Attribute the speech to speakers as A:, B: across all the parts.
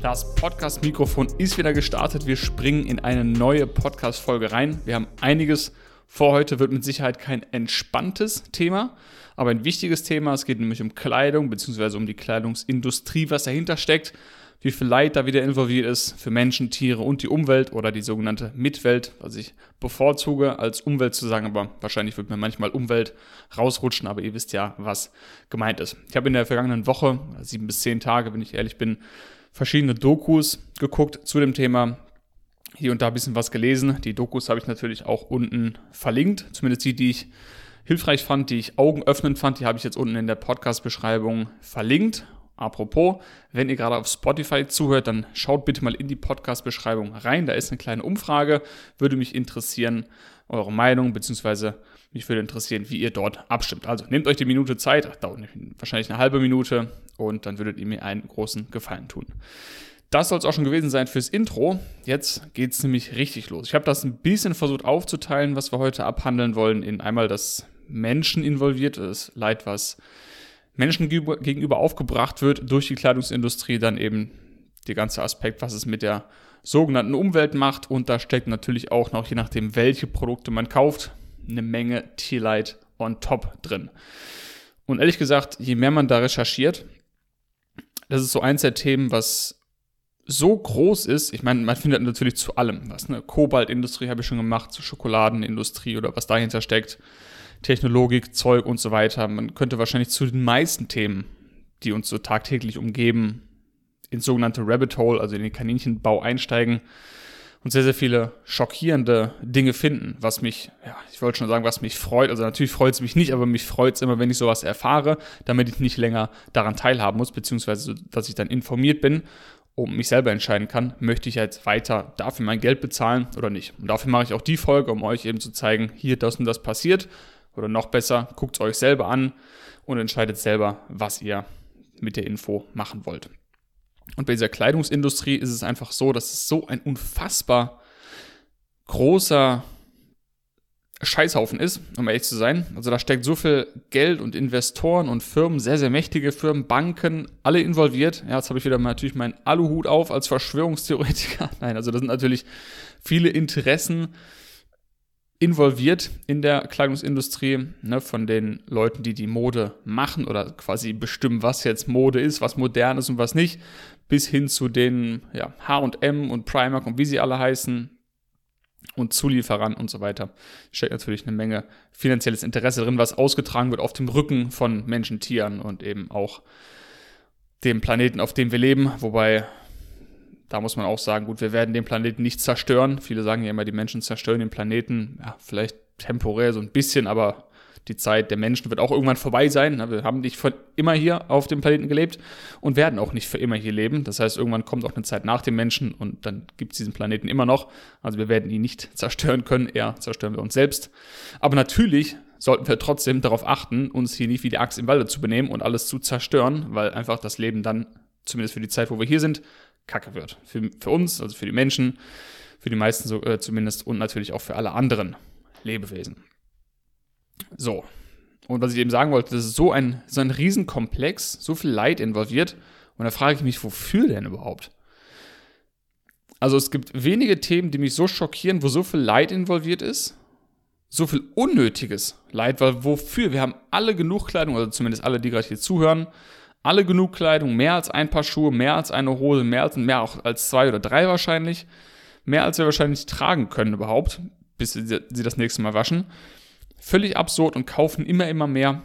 A: Das Podcast-Mikrofon ist wieder gestartet. Wir springen in eine neue Podcast-Folge rein. Wir haben einiges vor heute, wird mit Sicherheit kein entspanntes Thema, aber ein wichtiges Thema. Es geht nämlich um Kleidung bzw. um die Kleidungsindustrie, was dahinter steckt, wie viel Leid da wieder involviert ist für Menschen, Tiere und die Umwelt oder die sogenannte Mitwelt, was ich bevorzuge, als Umwelt zu sagen, aber wahrscheinlich wird mir manchmal Umwelt rausrutschen, aber ihr wisst ja, was gemeint ist. Ich habe in der vergangenen Woche, 7 bis 10 Tage, wenn ich ehrlich bin, verschiedene Dokus geguckt zu dem Thema, hier und da ein bisschen was gelesen. Die Dokus habe ich natürlich auch unten verlinkt, zumindest die ich hilfreich fand, die ich augenöffnend fand, die habe ich jetzt unten in der Podcast-Beschreibung verlinkt. Apropos, wenn ihr gerade auf Spotify zuhört, dann schaut bitte mal in die Podcast-Beschreibung rein. Da ist eine kleine Umfrage. Würde mich interessieren, eure Meinung, beziehungsweise mich würde interessieren, wie ihr dort abstimmt. Also nehmt euch die Minute Zeit, dauert wahrscheinlich eine halbe Minute und dann würdet ihr mir einen großen Gefallen tun. Das soll es auch schon gewesen sein fürs Intro. Jetzt geht es nämlich richtig los. Ich habe das ein bisschen versucht aufzuteilen, was wir heute abhandeln wollen, in einmal das Menschen involviert, das Leid, was Menschen gegenüber aufgebracht wird durch die Kleidungsindustrie, dann eben der ganze Aspekt, was es mit der sogenannten Umwelt macht. Und da steckt natürlich auch noch, je nachdem, welche Produkte man kauft, eine Menge Tierleid on top drin. Und ehrlich gesagt, je mehr man da recherchiert, das ist so eins der Themen, was so groß ist. Ich meine, man findet natürlich zu allem was. Ne? Kobaltindustrie habe ich schon gemacht, zur Schokoladenindustrie oder was dahinter steckt. Technologik, Zeug und so weiter. Man könnte wahrscheinlich zu den meisten Themen, die uns so tagtäglich umgeben, ins sogenannte Rabbit Hole, also in den Kaninchenbau einsteigen und sehr, sehr viele schockierende Dinge finden, was mich, ich wollte schon sagen, was mich freut. Also natürlich freut es mich nicht, aber mich freut es immer, wenn ich sowas erfahre, damit ich nicht länger daran teilhaben muss, beziehungsweise, dass ich dann informiert bin und mich selber entscheiden kann, möchte ich jetzt weiter dafür mein Geld bezahlen oder nicht. Und dafür mache ich auch die Folge, um euch eben zu zeigen, hier das und das passiert. Oder noch besser, guckt es euch selber an und entscheidet selber, was ihr mit der Info machen wollt. Und bei dieser Kleidungsindustrie ist es einfach so, dass es so ein unfassbar großer Scheißhaufen ist, um ehrlich zu sein. Also da steckt so viel Geld und Investoren und Firmen, sehr, sehr mächtige Firmen, Banken, alle involviert. Ja, jetzt habe ich wieder mal natürlich meinen Aluhut auf als Verschwörungstheoretiker. Nein, also das sind natürlich viele Interessen involviert in der Kleidungsindustrie, ne, von den Leuten, die die Mode machen oder quasi bestimmen, was jetzt Mode ist, was modern ist und was nicht, bis hin zu den H&M und Primark und wie sie alle heißen und Zulieferern und so weiter. Steckt natürlich eine Menge finanzielles Interesse drin, was ausgetragen wird auf dem Rücken von Menschen, Tieren und eben auch dem Planeten, auf dem wir leben, wobei da muss man auch sagen, gut, wir werden den Planeten nicht zerstören. Viele sagen ja immer, die Menschen zerstören den Planeten. Ja, vielleicht temporär so ein bisschen, aber die Zeit der Menschen wird auch irgendwann vorbei sein. Wir haben nicht für immer hier auf dem Planeten gelebt und werden auch nicht für immer hier leben. Das heißt, irgendwann kommt auch eine Zeit nach dem Menschen und dann gibt es diesen Planeten immer noch. Also wir werden ihn nicht zerstören können, eher zerstören wir uns selbst. Aber natürlich sollten wir trotzdem darauf achten, uns hier nicht wie die Axt im Walde zu benehmen und alles zu zerstören, weil einfach das Leben dann, zumindest für die Zeit, wo wir hier sind, Kacke wird. Für uns, also für die Menschen, für die meisten so, zumindest und natürlich auch für alle anderen Lebewesen. So, und was ich eben sagen wollte, das ist so ein Riesenkomplex, so viel Leid involviert und da frage ich mich, wofür denn überhaupt? Also es gibt wenige Themen, die mich so schockieren, wo so viel Leid involviert ist, so viel unnötiges Leid, weil wofür? Wir haben alle genug Kleidung, also zumindest alle, die gerade hier zuhören, alle genug Kleidung, mehr als ein Paar Schuhe, mehr als eine Hose, mehr auch als 2 oder 3 wahrscheinlich. Mehr als wir wahrscheinlich tragen können überhaupt, bis sie das nächste Mal waschen. Völlig absurd und kaufen immer mehr.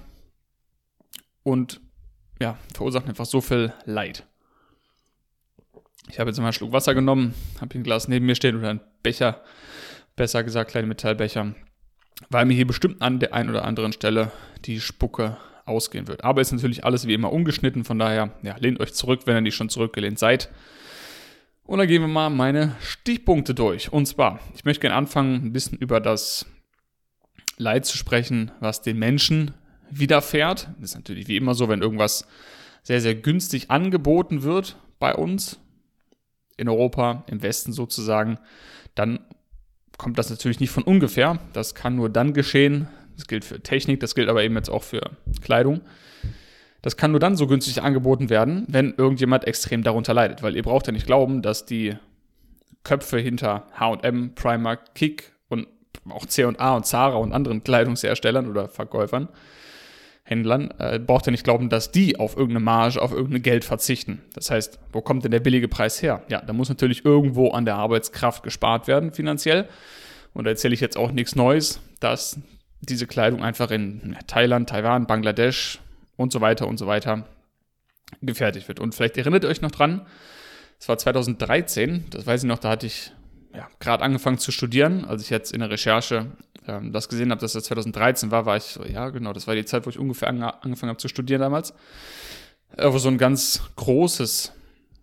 A: Und ja, verursachen einfach so viel Leid. Ich habe jetzt mal einen Schluck Wasser genommen, habe hier ein Glas neben mir stehen oder einen Becher, besser gesagt kleine Metallbecher, weil mir hier bestimmt an der einen oder anderen Stelle die Spucke ausgehen wird. Aber ist natürlich alles wie immer ungeschnitten, von daher, lehnt euch zurück, wenn ihr nicht schon zurückgelehnt seid. Und dann gehen wir mal meine Stichpunkte durch. Und zwar, ich möchte gerne anfangen, ein bisschen über das Leid zu sprechen, was den Menschen widerfährt. Das ist natürlich wie immer so, wenn irgendwas sehr, sehr günstig angeboten wird bei uns, in Europa, im Westen sozusagen, dann kommt das natürlich nicht von ungefähr. Das kann nur dann geschehen. Das gilt für Technik, das gilt aber eben jetzt auch für Kleidung. Das kann nur dann so günstig angeboten werden, wenn irgendjemand extrem darunter leidet. Weil ihr braucht ja nicht glauben, dass die Köpfe hinter H&M, Primark, Kick und auch C&A und Zara und anderen Kleidungsherstellern oder Verkäufern, Händlern, braucht ja nicht glauben, dass die auf irgendeine Marge, auf irgendein Geld verzichten. Das heißt, wo kommt denn der billige Preis her? Ja, da muss natürlich irgendwo an der Arbeitskraft gespart werden, finanziell. Und da erzähle ich jetzt auch nichts Neues, dass diese Kleidung einfach in Thailand, Taiwan, Bangladesch und so weiter gefertigt wird. Und vielleicht erinnert ihr euch noch dran, es war 2013, das weiß ich noch, da hatte ich gerade angefangen zu studieren. Als ich jetzt in der Recherche das gesehen habe, dass das 2013 war ich so, ja genau, das war die Zeit, wo ich ungefähr angefangen habe zu studieren damals. Wo so ein ganz großes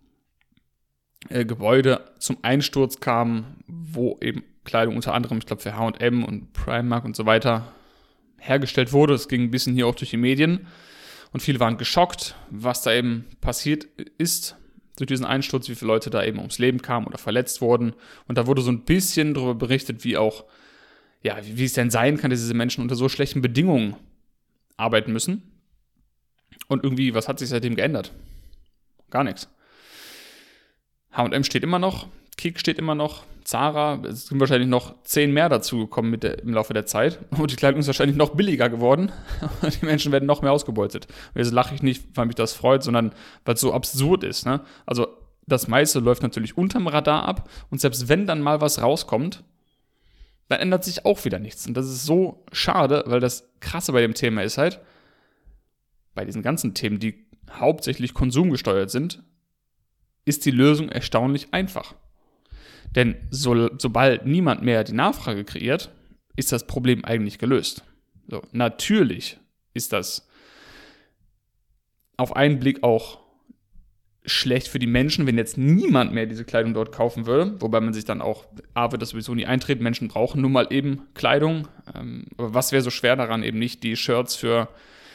A: Gebäude zum Einsturz kam, wo eben Kleidung unter anderem, ich glaube für H&M und Primark und so weiter hergestellt wurde. Es ging ein bisschen hier auch durch die Medien und viele waren geschockt, was da eben passiert ist durch diesen Einsturz, wie viele Leute da eben ums Leben kamen oder verletzt wurden. Und da wurde so ein bisschen darüber berichtet, wie es denn sein kann, dass diese Menschen unter so schlechten Bedingungen arbeiten müssen. Und irgendwie, was hat sich seitdem geändert? Gar nichts. H&M steht immer noch, Kick steht immer noch, Zara, es sind wahrscheinlich noch 10 mehr dazugekommen im Laufe der Zeit. Und die Kleidung ist wahrscheinlich noch billiger geworden. Die Menschen werden noch mehr ausgebeutet. Und jetzt lache ich nicht, weil mich das freut, sondern weil es so absurd ist. Ne? Also das meiste läuft natürlich unterm Radar ab. Und selbst wenn dann mal was rauskommt, dann ändert sich auch wieder nichts. Und das ist so schade, weil das Krasse bei dem Thema ist halt, bei diesen ganzen Themen, die hauptsächlich konsumgesteuert sind, ist die Lösung erstaunlich einfach. Denn sobald niemand mehr die Nachfrage kreiert, ist das Problem eigentlich gelöst. So, natürlich ist das auf einen Blick auch schlecht für die Menschen, wenn jetzt niemand mehr diese Kleidung dort kaufen würde, wobei man sich dann auch, wird das sowieso nie eintreten, Menschen brauchen nun mal eben Kleidung. Aber was wäre so schwer daran, eben nicht die Shirts für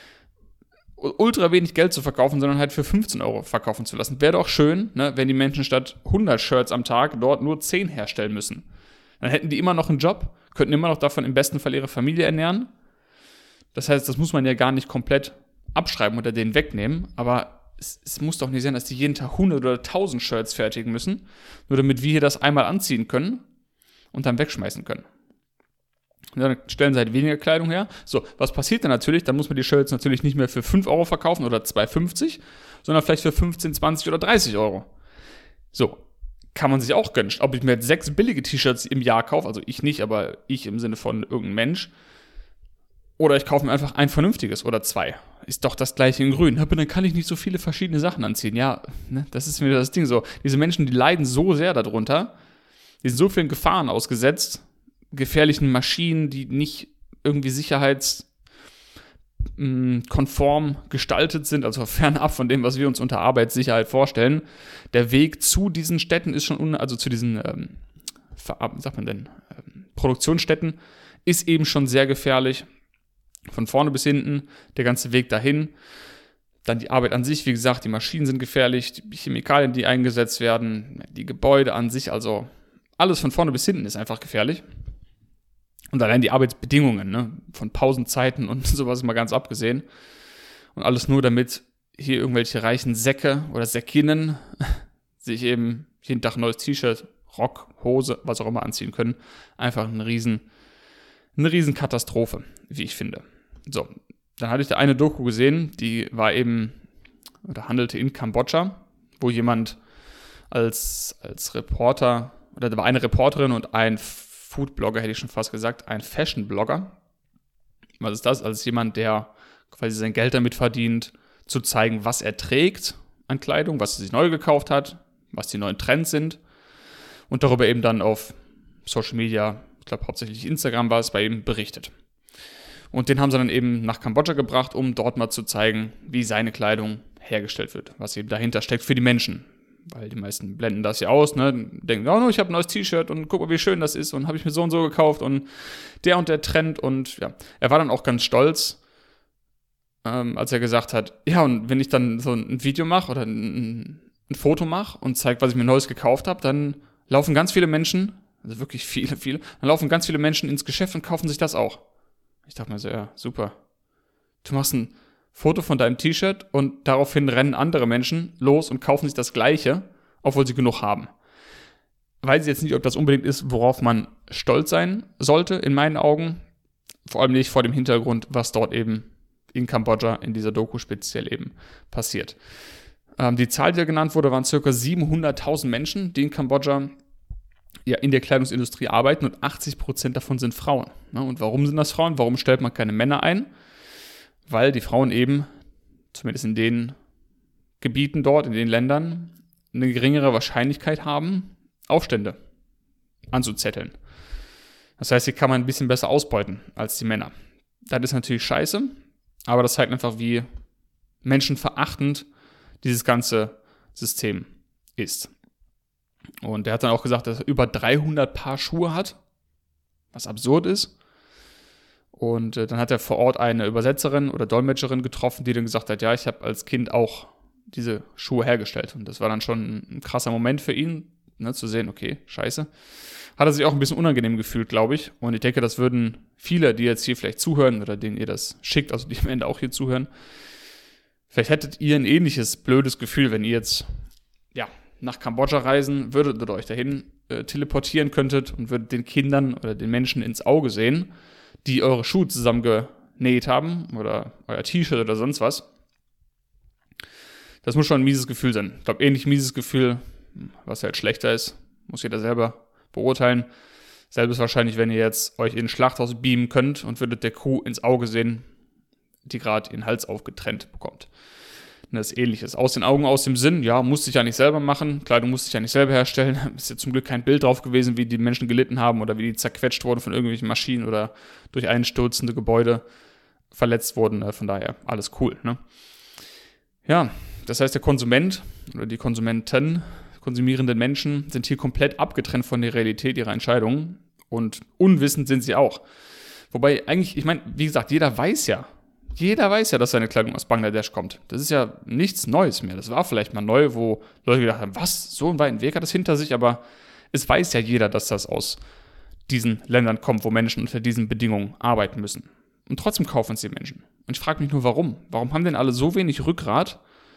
A: ultra wenig Geld zu verkaufen, sondern halt für 15 Euro verkaufen zu lassen. Wäre doch schön, ne, wenn die Menschen statt 100 Shirts am Tag dort nur 10 herstellen müssen. Dann hätten die immer noch einen Job, könnten immer noch davon im besten Fall ihre Familie ernähren. Das heißt, das muss man ja gar nicht komplett abschreiben oder denen wegnehmen, aber es muss doch nicht sein, dass die jeden Tag 100 oder 1000 Shirts fertigen müssen, nur damit wir hier das einmal anziehen können und dann wegschmeißen können. Und dann stellen sie halt weniger Kleidung her. So, was passiert dann natürlich? Dann muss man die Shirts natürlich nicht mehr für 5 Euro verkaufen oder 2,50, sondern vielleicht für 15, 20 oder 30 Euro. So, kann man sich auch gönnen. Ob ich mir jetzt 6 billige T-Shirts im Jahr kaufe, also ich nicht, aber ich im Sinne von irgendein Mensch, oder ich kaufe mir einfach ein vernünftiges oder 2. Ist doch das gleiche in grün. Aber dann kann ich nicht so viele verschiedene Sachen anziehen. Ja, ne, das ist wieder das Ding so. Diese Menschen, die leiden so sehr darunter, die sind so vielen Gefahren ausgesetzt, gefährlichen Maschinen, die nicht irgendwie sicherheitskonform gestaltet sind, also fernab von dem, was wir uns unter Arbeitssicherheit vorstellen. Der Weg zu diesen Städten ist schon, zu diesen, Produktionsstätten ist eben schon sehr gefährlich. Von vorne bis hinten, der ganze Weg dahin. Dann die Arbeit an sich, wie gesagt, die Maschinen sind gefährlich, die Chemikalien, die eingesetzt werden, die Gebäude an sich, also alles von vorne bis hinten ist einfach gefährlich. Und allein die Arbeitsbedingungen, ne, von Pausenzeiten und sowas mal ganz abgesehen. Und alles nur, damit hier irgendwelche reichen Säcke oder Säckinnen sich eben jeden Tag ein neues T-Shirt, Rock, Hose, was auch immer anziehen können. Einfach eine riesen Katastrophe, wie ich finde. So, dann hatte ich da eine Doku gesehen, die war eben, oder handelte in Kambodscha, wo jemand als Reporter, oder da war eine Reporterin und ein Foodblogger, hätte ich schon fast gesagt, ein Fashion-Blogger. Was ist das? Also jemand, der quasi sein Geld damit verdient, zu zeigen, was er trägt an Kleidung, was er sich neu gekauft hat, was die neuen Trends sind und darüber eben dann auf Social Media, ich glaube hauptsächlich Instagram war es, bei ihm berichtet. Und den haben sie dann eben nach Kambodscha gebracht, um dort mal zu zeigen, wie seine Kleidung hergestellt wird, was eben dahinter steckt für die Menschen. Weil die meisten blenden das ja aus, ne? Denken, oh, ich habe ein neues T-Shirt und guck mal, wie schön das ist und habe ich mir so und so gekauft und der Trend und ja. Er war dann auch ganz stolz, als er gesagt hat, ja, und wenn ich dann so ein Video mache oder ein Foto mache und zeige, was ich mir Neues gekauft habe, dann laufen ganz viele Menschen, also wirklich viele, dann laufen ganz viele Menschen ins Geschäft und kaufen sich das auch. Ich dachte mir so, ja, super. Du machst ein Foto von deinem T-Shirt und daraufhin rennen andere Menschen los und kaufen sich das Gleiche, obwohl sie genug haben. Weiß ich jetzt nicht, ob das unbedingt ist, worauf man stolz sein sollte, in meinen Augen. Vor allem nicht vor dem Hintergrund, was dort eben in Kambodscha, in dieser Doku speziell eben passiert. Die Zahl, die da genannt wurde, waren ca. 700.000 Menschen, die in Kambodscha in der Kleidungsindustrie arbeiten und 80% davon sind Frauen. Und warum sind das Frauen? Warum stellt man keine Männer ein? Weil die Frauen eben, zumindest in den Gebieten dort, in den Ländern, eine geringere Wahrscheinlichkeit haben, Aufstände anzuzetteln. Das heißt, hier kann man ein bisschen besser ausbeuten als die Männer. Das ist natürlich scheiße, aber das zeigt einfach, wie menschenverachtend dieses ganze System ist. Und er hat dann auch gesagt, dass er über 300 Paar Schuhe hat, was absurd ist. Und dann hat er vor Ort eine Übersetzerin oder Dolmetscherin getroffen, die dann gesagt hat, ja, ich habe als Kind auch diese Schuhe hergestellt. Und das war dann schon ein krasser Moment für ihn, zu sehen, okay, scheiße. Hat er sich auch ein bisschen unangenehm gefühlt, glaube ich. Und ich denke, das würden viele, die jetzt hier vielleicht zuhören oder denen ihr das schickt, also die am Ende auch hier zuhören, vielleicht hättet ihr ein ähnliches blödes Gefühl, wenn ihr jetzt nach Kambodscha reisen würdet oder euch dahin teleportieren könntet und würdet den Kindern oder den Menschen ins Auge sehen, die eure Schuhe zusammengenäht haben oder euer T-Shirt oder sonst was. Das muss schon ein mieses Gefühl sein. Ich glaube, ähnlich mieses Gefühl, was halt schlechter ist, muss jeder selber beurteilen. Selbes wahrscheinlich, wenn ihr jetzt euch in ein Schlachthaus beamen könnt und würdet der Kuh ins Auge sehen, die gerade ihren Hals aufgetrennt bekommt. Das Ähnliches. Aus den Augen, aus dem Sinn, ja, musste ich ja nicht selber machen. Kleidung musste ich ja nicht selber herstellen. Ist ja zum Glück kein Bild drauf gewesen, wie die Menschen gelitten haben oder wie die zerquetscht wurden von irgendwelchen Maschinen oder durch einstürzende Gebäude verletzt wurden. Von daher alles cool. Ne? Ja, das heißt, der Konsument oder die Konsumenten, konsumierenden Menschen sind hier komplett abgetrennt von der Realität ihrer Entscheidungen und unwissend sind sie auch. Wobei eigentlich, ich meine, wie gesagt, jeder weiß ja, dass seine Kleidung aus Bangladesch kommt. Das ist ja nichts Neues mehr. Das war vielleicht mal neu, wo Leute gedacht haben, was, so einen weiten Weg hat das hinter sich, aber es weiß ja jeder, dass das aus diesen Ländern kommt, wo Menschen unter diesen Bedingungen arbeiten müssen. Und trotzdem kaufen es die Menschen. Und ich frage mich nur, warum? Warum haben denn alle so wenig Rückgrat,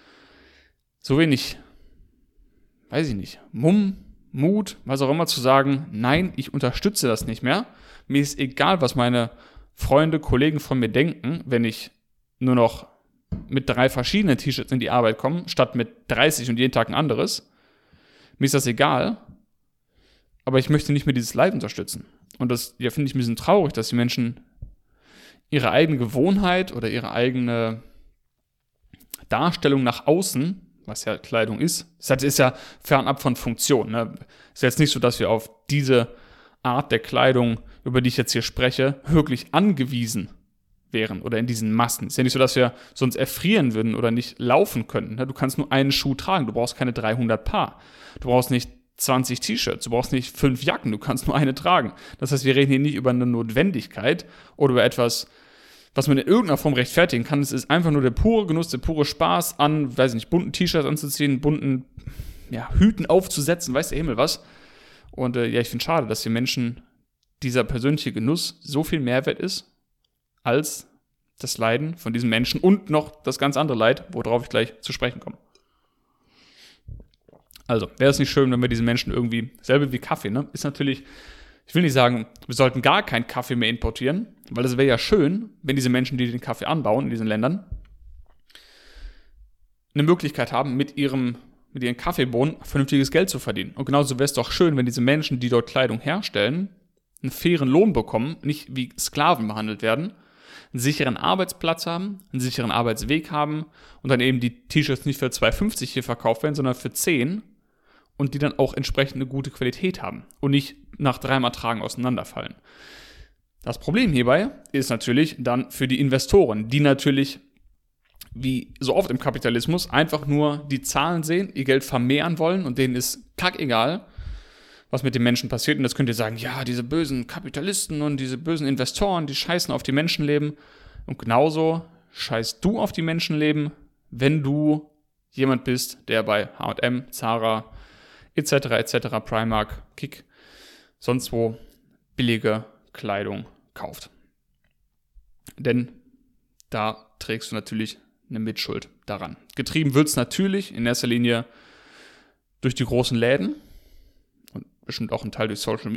A: so wenig, weiß ich nicht, Mut, was auch immer zu sagen, nein, ich unterstütze das nicht mehr. Mir ist egal, was meine Freunde, Kollegen von mir denken, wenn ich nur noch mit 3 verschiedenen T-Shirts in die Arbeit komme, statt mit 30 und jeden Tag ein anderes. Mir ist das egal, aber ich möchte nicht mehr dieses Leid unterstützen. Und das finde ich ein bisschen traurig, dass die Menschen ihre eigene Gewohnheit oder ihre eigene Darstellung nach außen, was ja Kleidung ist, das ist ja fernab von Funktion. Ne? Ist jetzt nicht so, dass wir auf diese Art der Kleidung, über die ich jetzt hier spreche, wirklich angewiesen wären oder in diesen Massen. Ist ja nicht so, dass wir sonst erfrieren würden oder nicht laufen könnten. Du kannst nur einen Schuh tragen, du brauchst keine 300 Paar. Du brauchst nicht 20 T-Shirts, du brauchst nicht 5 Jacken, du kannst nur eine tragen. Das heißt, wir reden hier nicht über eine Notwendigkeit oder über etwas, was man in irgendeiner Form rechtfertigen kann. Es ist einfach nur der pure Genuss, der pure Spaß an, weiß ich nicht, bunten T-Shirts anzuziehen, bunten Hüten aufzusetzen, weiß der Himmel was. Und ich finde es schade, dass die Menschen dieser persönliche Genuss so viel Mehrwert ist, als das Leiden von diesen Menschen und noch das ganz andere Leid, worauf ich gleich zu sprechen komme. Also, wäre es nicht schön, wenn wir diese Menschen irgendwie, selber wie Kaffee, ne? Ist natürlich, ich will nicht sagen, wir sollten gar keinen Kaffee mehr importieren, weil es wäre ja schön, wenn diese Menschen, die den Kaffee anbauen in diesen Ländern, eine Möglichkeit haben, mit ihren Kaffeebohnen vernünftiges Geld zu verdienen. Und genauso wäre es doch schön, wenn diese Menschen, die dort Kleidung herstellen, einen fairen Lohn bekommen, nicht wie Sklaven behandelt werden, einen sicheren Arbeitsplatz haben, einen sicheren Arbeitsweg haben und dann eben die T-Shirts nicht für 2,50 hier verkauft werden, sondern für 10 und die dann auch entsprechend eine gute Qualität haben und nicht nach 3-mal Tragen auseinanderfallen. Das Problem hierbei ist natürlich dann für die Investoren, die natürlich wie so oft im Kapitalismus einfach nur die Zahlen sehen, ihr Geld vermehren wollen und denen ist kackegal, was mit den Menschen passiert. Und das könnt ihr sagen, ja, diese bösen Kapitalisten und diese bösen Investoren, die scheißen auf die Menschenleben. Und genauso scheißt du auf die Menschenleben, wenn du jemand bist, der bei H&M, Zara, etc., Primark, Kick, sonst wo billige Kleidung kauft. Denn da trägst du natürlich eine Mitschuld daran. Getrieben wird es natürlich in erster Linie durch die großen Läden und bestimmt auch ein Teil durch Social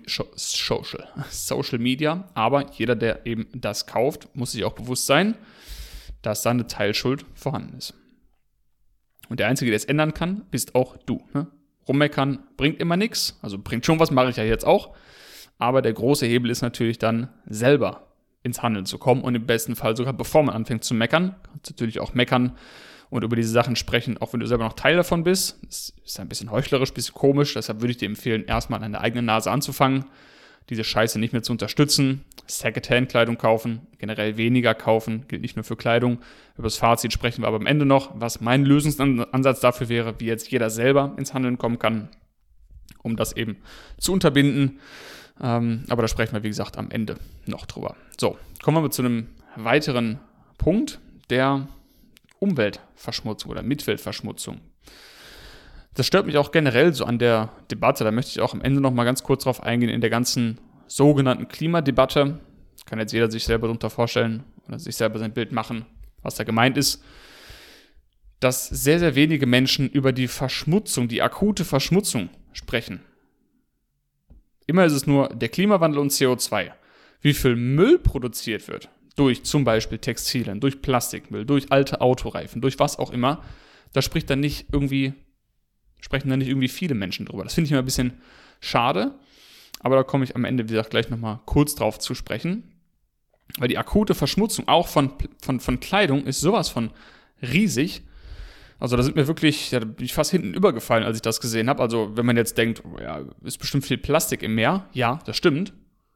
A: Media. Aber jeder, der eben das kauft, muss sich auch bewusst sein, dass da eine Teilschuld vorhanden ist. Und der Einzige, der es ändern kann, bist auch du. Ne? Rummeckern bringt immer nichts. Also bringt schon was, mache ich ja jetzt auch. Aber der große Hebel ist natürlich dann selber ins Handeln zu kommen und im besten Fall sogar bevor man anfängt zu meckern. Kannst natürlich auch meckern und über diese Sachen sprechen, auch wenn du selber noch Teil davon bist. Das ist ein bisschen heuchlerisch, ein bisschen komisch. Deshalb würde ich dir empfehlen, erstmal an der eigenen Nase anzufangen, diese Scheiße nicht mehr zu unterstützen, Secondhand-Kleidung kaufen, generell weniger kaufen, gilt nicht nur für Kleidung. Über das Fazit sprechen wir aber am Ende noch, was mein Lösungsansatz dafür wäre, wie jetzt jeder selber ins Handeln kommen kann, um das eben zu unterbinden. Aber da sprechen wir, wie gesagt, am Ende noch drüber. So, kommen wir zu einem weiteren Punkt, der Umweltverschmutzung oder Mitweltverschmutzung. Das stört mich auch generell so an der Debatte. Da möchte ich auch am Ende noch mal ganz kurz drauf eingehen in der ganzen sogenannten Klimadebatte. Kann jetzt jeder sich selber darunter vorstellen oder sich selber sein Bild machen, was da gemeint ist. Dass sehr, sehr wenige Menschen über die Verschmutzung, die akute Verschmutzung sprechen. Immer ist es nur der Klimawandel und CO2. Wie viel Müll produziert wird durch zum Beispiel Textilien, durch Plastikmüll, durch alte Autoreifen, durch was auch immer, da sprechen dann nicht irgendwie viele Menschen drüber. Das finde ich immer ein bisschen schade, aber da komme ich am Ende, wie gesagt, gleich nochmal kurz drauf zu sprechen. Weil die akute Verschmutzung auch von Kleidung ist sowas von riesig. Also da bin ich fast hinten übergefallen, als ich das gesehen habe. Also wenn man jetzt denkt, ja, ist bestimmt viel Plastik im Meer. Ja, das stimmt.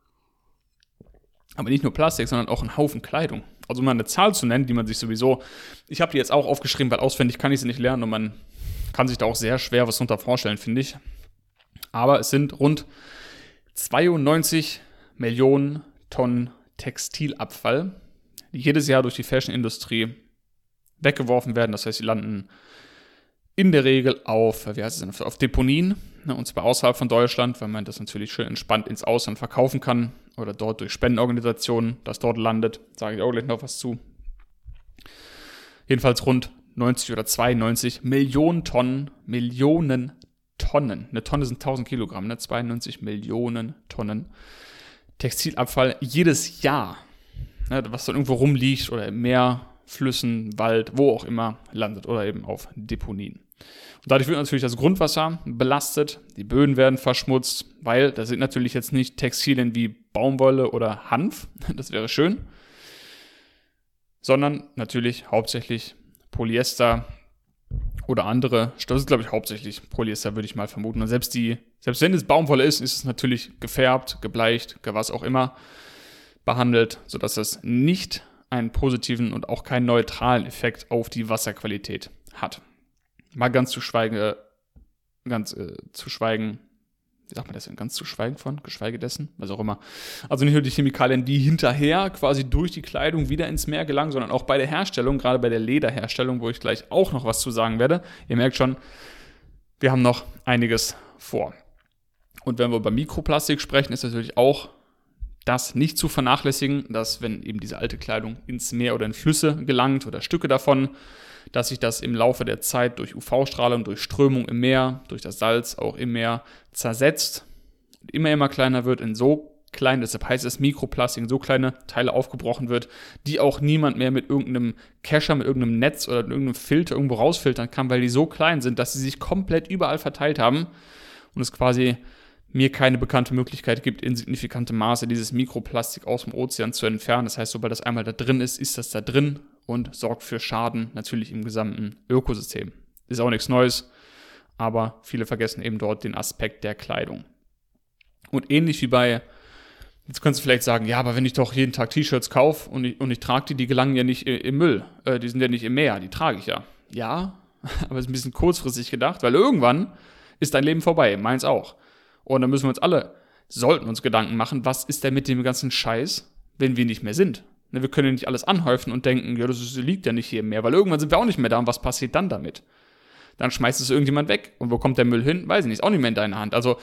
A: Aber nicht nur Plastik, sondern auch ein Haufen Kleidung. Also um mal eine Zahl zu nennen, die man sich sowieso, ich habe die jetzt auch aufgeschrieben, weil auswendig kann ich sie nicht lernen und man kann sich da auch sehr schwer was drunter vorstellen, finde ich. Aber es sind rund 92 Millionen Tonnen Textilabfall, die jedes Jahr durch die Fashion-Industrie weggeworfen werden. Das heißt, sie landen in der Regel auf Deponien, und zwar außerhalb von Deutschland, weil man das natürlich schön entspannt ins Ausland verkaufen kann oder dort durch Spendenorganisationen, das dort landet. Sage ich auch gleich noch was zu. Jedenfalls rund 90 oder 92 Millionen Tonnen. Eine Tonne sind 1000 Kilogramm, 92 Millionen Tonnen Textilabfall jedes Jahr, was dann irgendwo rumliegt oder im Meer, Flüssen, Wald, wo auch immer landet oder eben auf Deponien. Und dadurch wird natürlich das Grundwasser belastet, die Böden werden verschmutzt, weil das sind natürlich jetzt nicht Textilien wie Baumwolle oder Hanf, das wäre schön, sondern natürlich hauptsächlich Polyester oder andere, das ist glaube ich hauptsächlich Polyester, würde ich mal vermuten. Und selbst wenn es Baumwolle ist es natürlich gefärbt, gebleicht, was auch immer behandelt, sodass es nicht einen positiven und auch keinen neutralen Effekt auf die Wasserqualität hat. Mal ganz zu schweigen, wie sagt man das denn, ganz zu schweigen von, geschweige dessen, was auch immer. Also nicht nur die Chemikalien, die hinterher quasi durch die Kleidung wieder ins Meer gelangen, sondern auch bei der Herstellung, gerade bei der Lederherstellung, wo ich gleich auch noch was zu sagen werde. Ihr merkt schon, wir haben noch einiges vor. Und wenn wir über Mikroplastik sprechen, ist natürlich auch das nicht zu vernachlässigen, dass wenn eben diese alte Kleidung ins Meer oder in Flüsse gelangt oder Stücke davon, dass sich das im Laufe der Zeit durch UV-Strahlung, durch Strömung im Meer, durch das Salz auch im Meer zersetzt und immer kleiner wird, in so klein, deshalb heißt es Mikroplastik, in so kleine Teile aufgebrochen wird, die auch niemand mehr mit irgendeinem Kescher, mit irgendeinem Netz oder mit irgendeinem Filter irgendwo rausfiltern kann, weil die so klein sind, dass sie sich komplett überall verteilt haben und es quasi mir keine bekannte Möglichkeit gibt, in signifikantem Maße dieses Mikroplastik aus dem Ozean zu entfernen. Das heißt, sobald das einmal da drin ist, ist das da drin und sorgt für Schaden natürlich im gesamten Ökosystem. Ist auch nichts Neues, aber viele vergessen eben dort den Aspekt der Kleidung. Und ähnlich wie jetzt könntest du vielleicht sagen, ja, aber wenn ich doch jeden Tag T-Shirts kaufe und ich trage die gelangen ja nicht im Müll, die sind ja nicht im Meer, die trage ich ja. Ja, aber es ist ein bisschen kurzfristig gedacht, weil irgendwann ist dein Leben vorbei, meins auch. Und dann sollten uns Gedanken machen, was ist denn mit dem ganzen Scheiß, wenn wir nicht mehr sind? Wir können ja nicht alles anhäufen und denken, ja, das liegt ja nicht hier im Meer, weil irgendwann sind wir auch nicht mehr da und was passiert dann damit? Dann schmeißt es irgendjemand weg und wo kommt der Müll hin? Weiß ich nicht, ist auch nicht mehr in deiner Hand. Also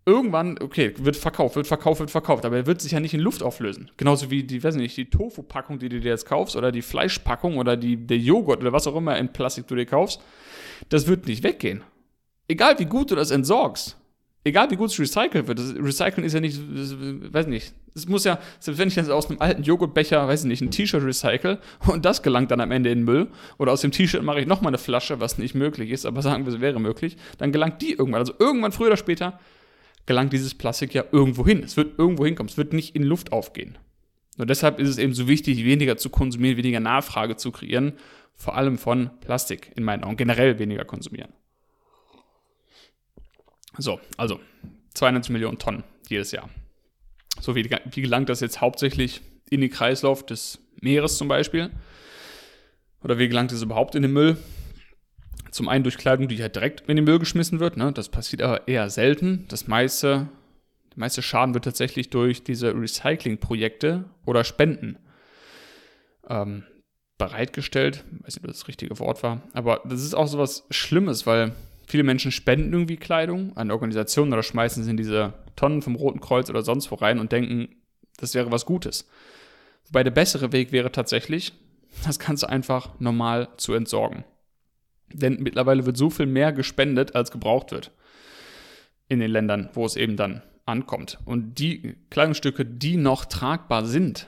A: Irgendwann, okay, wird verkauft, aber er wird sich ja nicht in Luft auflösen. Genauso wie die Tofu-Packung, die du dir jetzt kaufst, oder die Fleischpackung oder der Joghurt oder was auch immer in Plastik du dir kaufst, das wird nicht weggehen. Egal wie gut du das entsorgst, egal wie gut es recycelt wird, das Recyceln ist ja nicht, es muss ja, selbst wenn ich jetzt aus einem alten Joghurtbecher, ein T-Shirt recycle und das gelangt dann am Ende in den Müll, oder aus dem T-Shirt mache ich nochmal eine Flasche, was nicht möglich ist, aber sagen wir, es wäre möglich, dann gelangt die irgendwann, also irgendwann früher oder später, gelangt dieses Plastik ja irgendwo hin. Es wird irgendwo hinkommen, es wird nicht in Luft aufgehen. Nur deshalb ist es eben so wichtig, weniger zu konsumieren, weniger Nachfrage zu kreieren, vor allem von Plastik in meinen Augen, generell weniger konsumieren. So, also 290 Millionen Tonnen jedes Jahr. So, wie gelangt das jetzt hauptsächlich in den Kreislauf des Meeres zum Beispiel? Oder wie gelangt es überhaupt in den Müll? Zum einen durch Kleidung, die halt direkt in den Müll geschmissen wird, ne? Das passiert aber eher selten. Der meiste Schaden wird tatsächlich durch diese Recycling-Projekte oder Spenden bereitgestellt. Ich weiß nicht, ob das richtige Wort war. Aber das ist auch so was Schlimmes, weil viele Menschen spenden irgendwie Kleidung an Organisationen oder schmeißen sie in diese Tonnen vom Roten Kreuz oder sonst wo rein und denken, das wäre was Gutes. Wobei der bessere Weg wäre tatsächlich, das Ganze einfach normal zu entsorgen. Denn mittlerweile wird so viel mehr gespendet, als gebraucht wird in den Ländern, wo es eben dann ankommt. Und die Kleidungsstücke, die noch tragbar sind,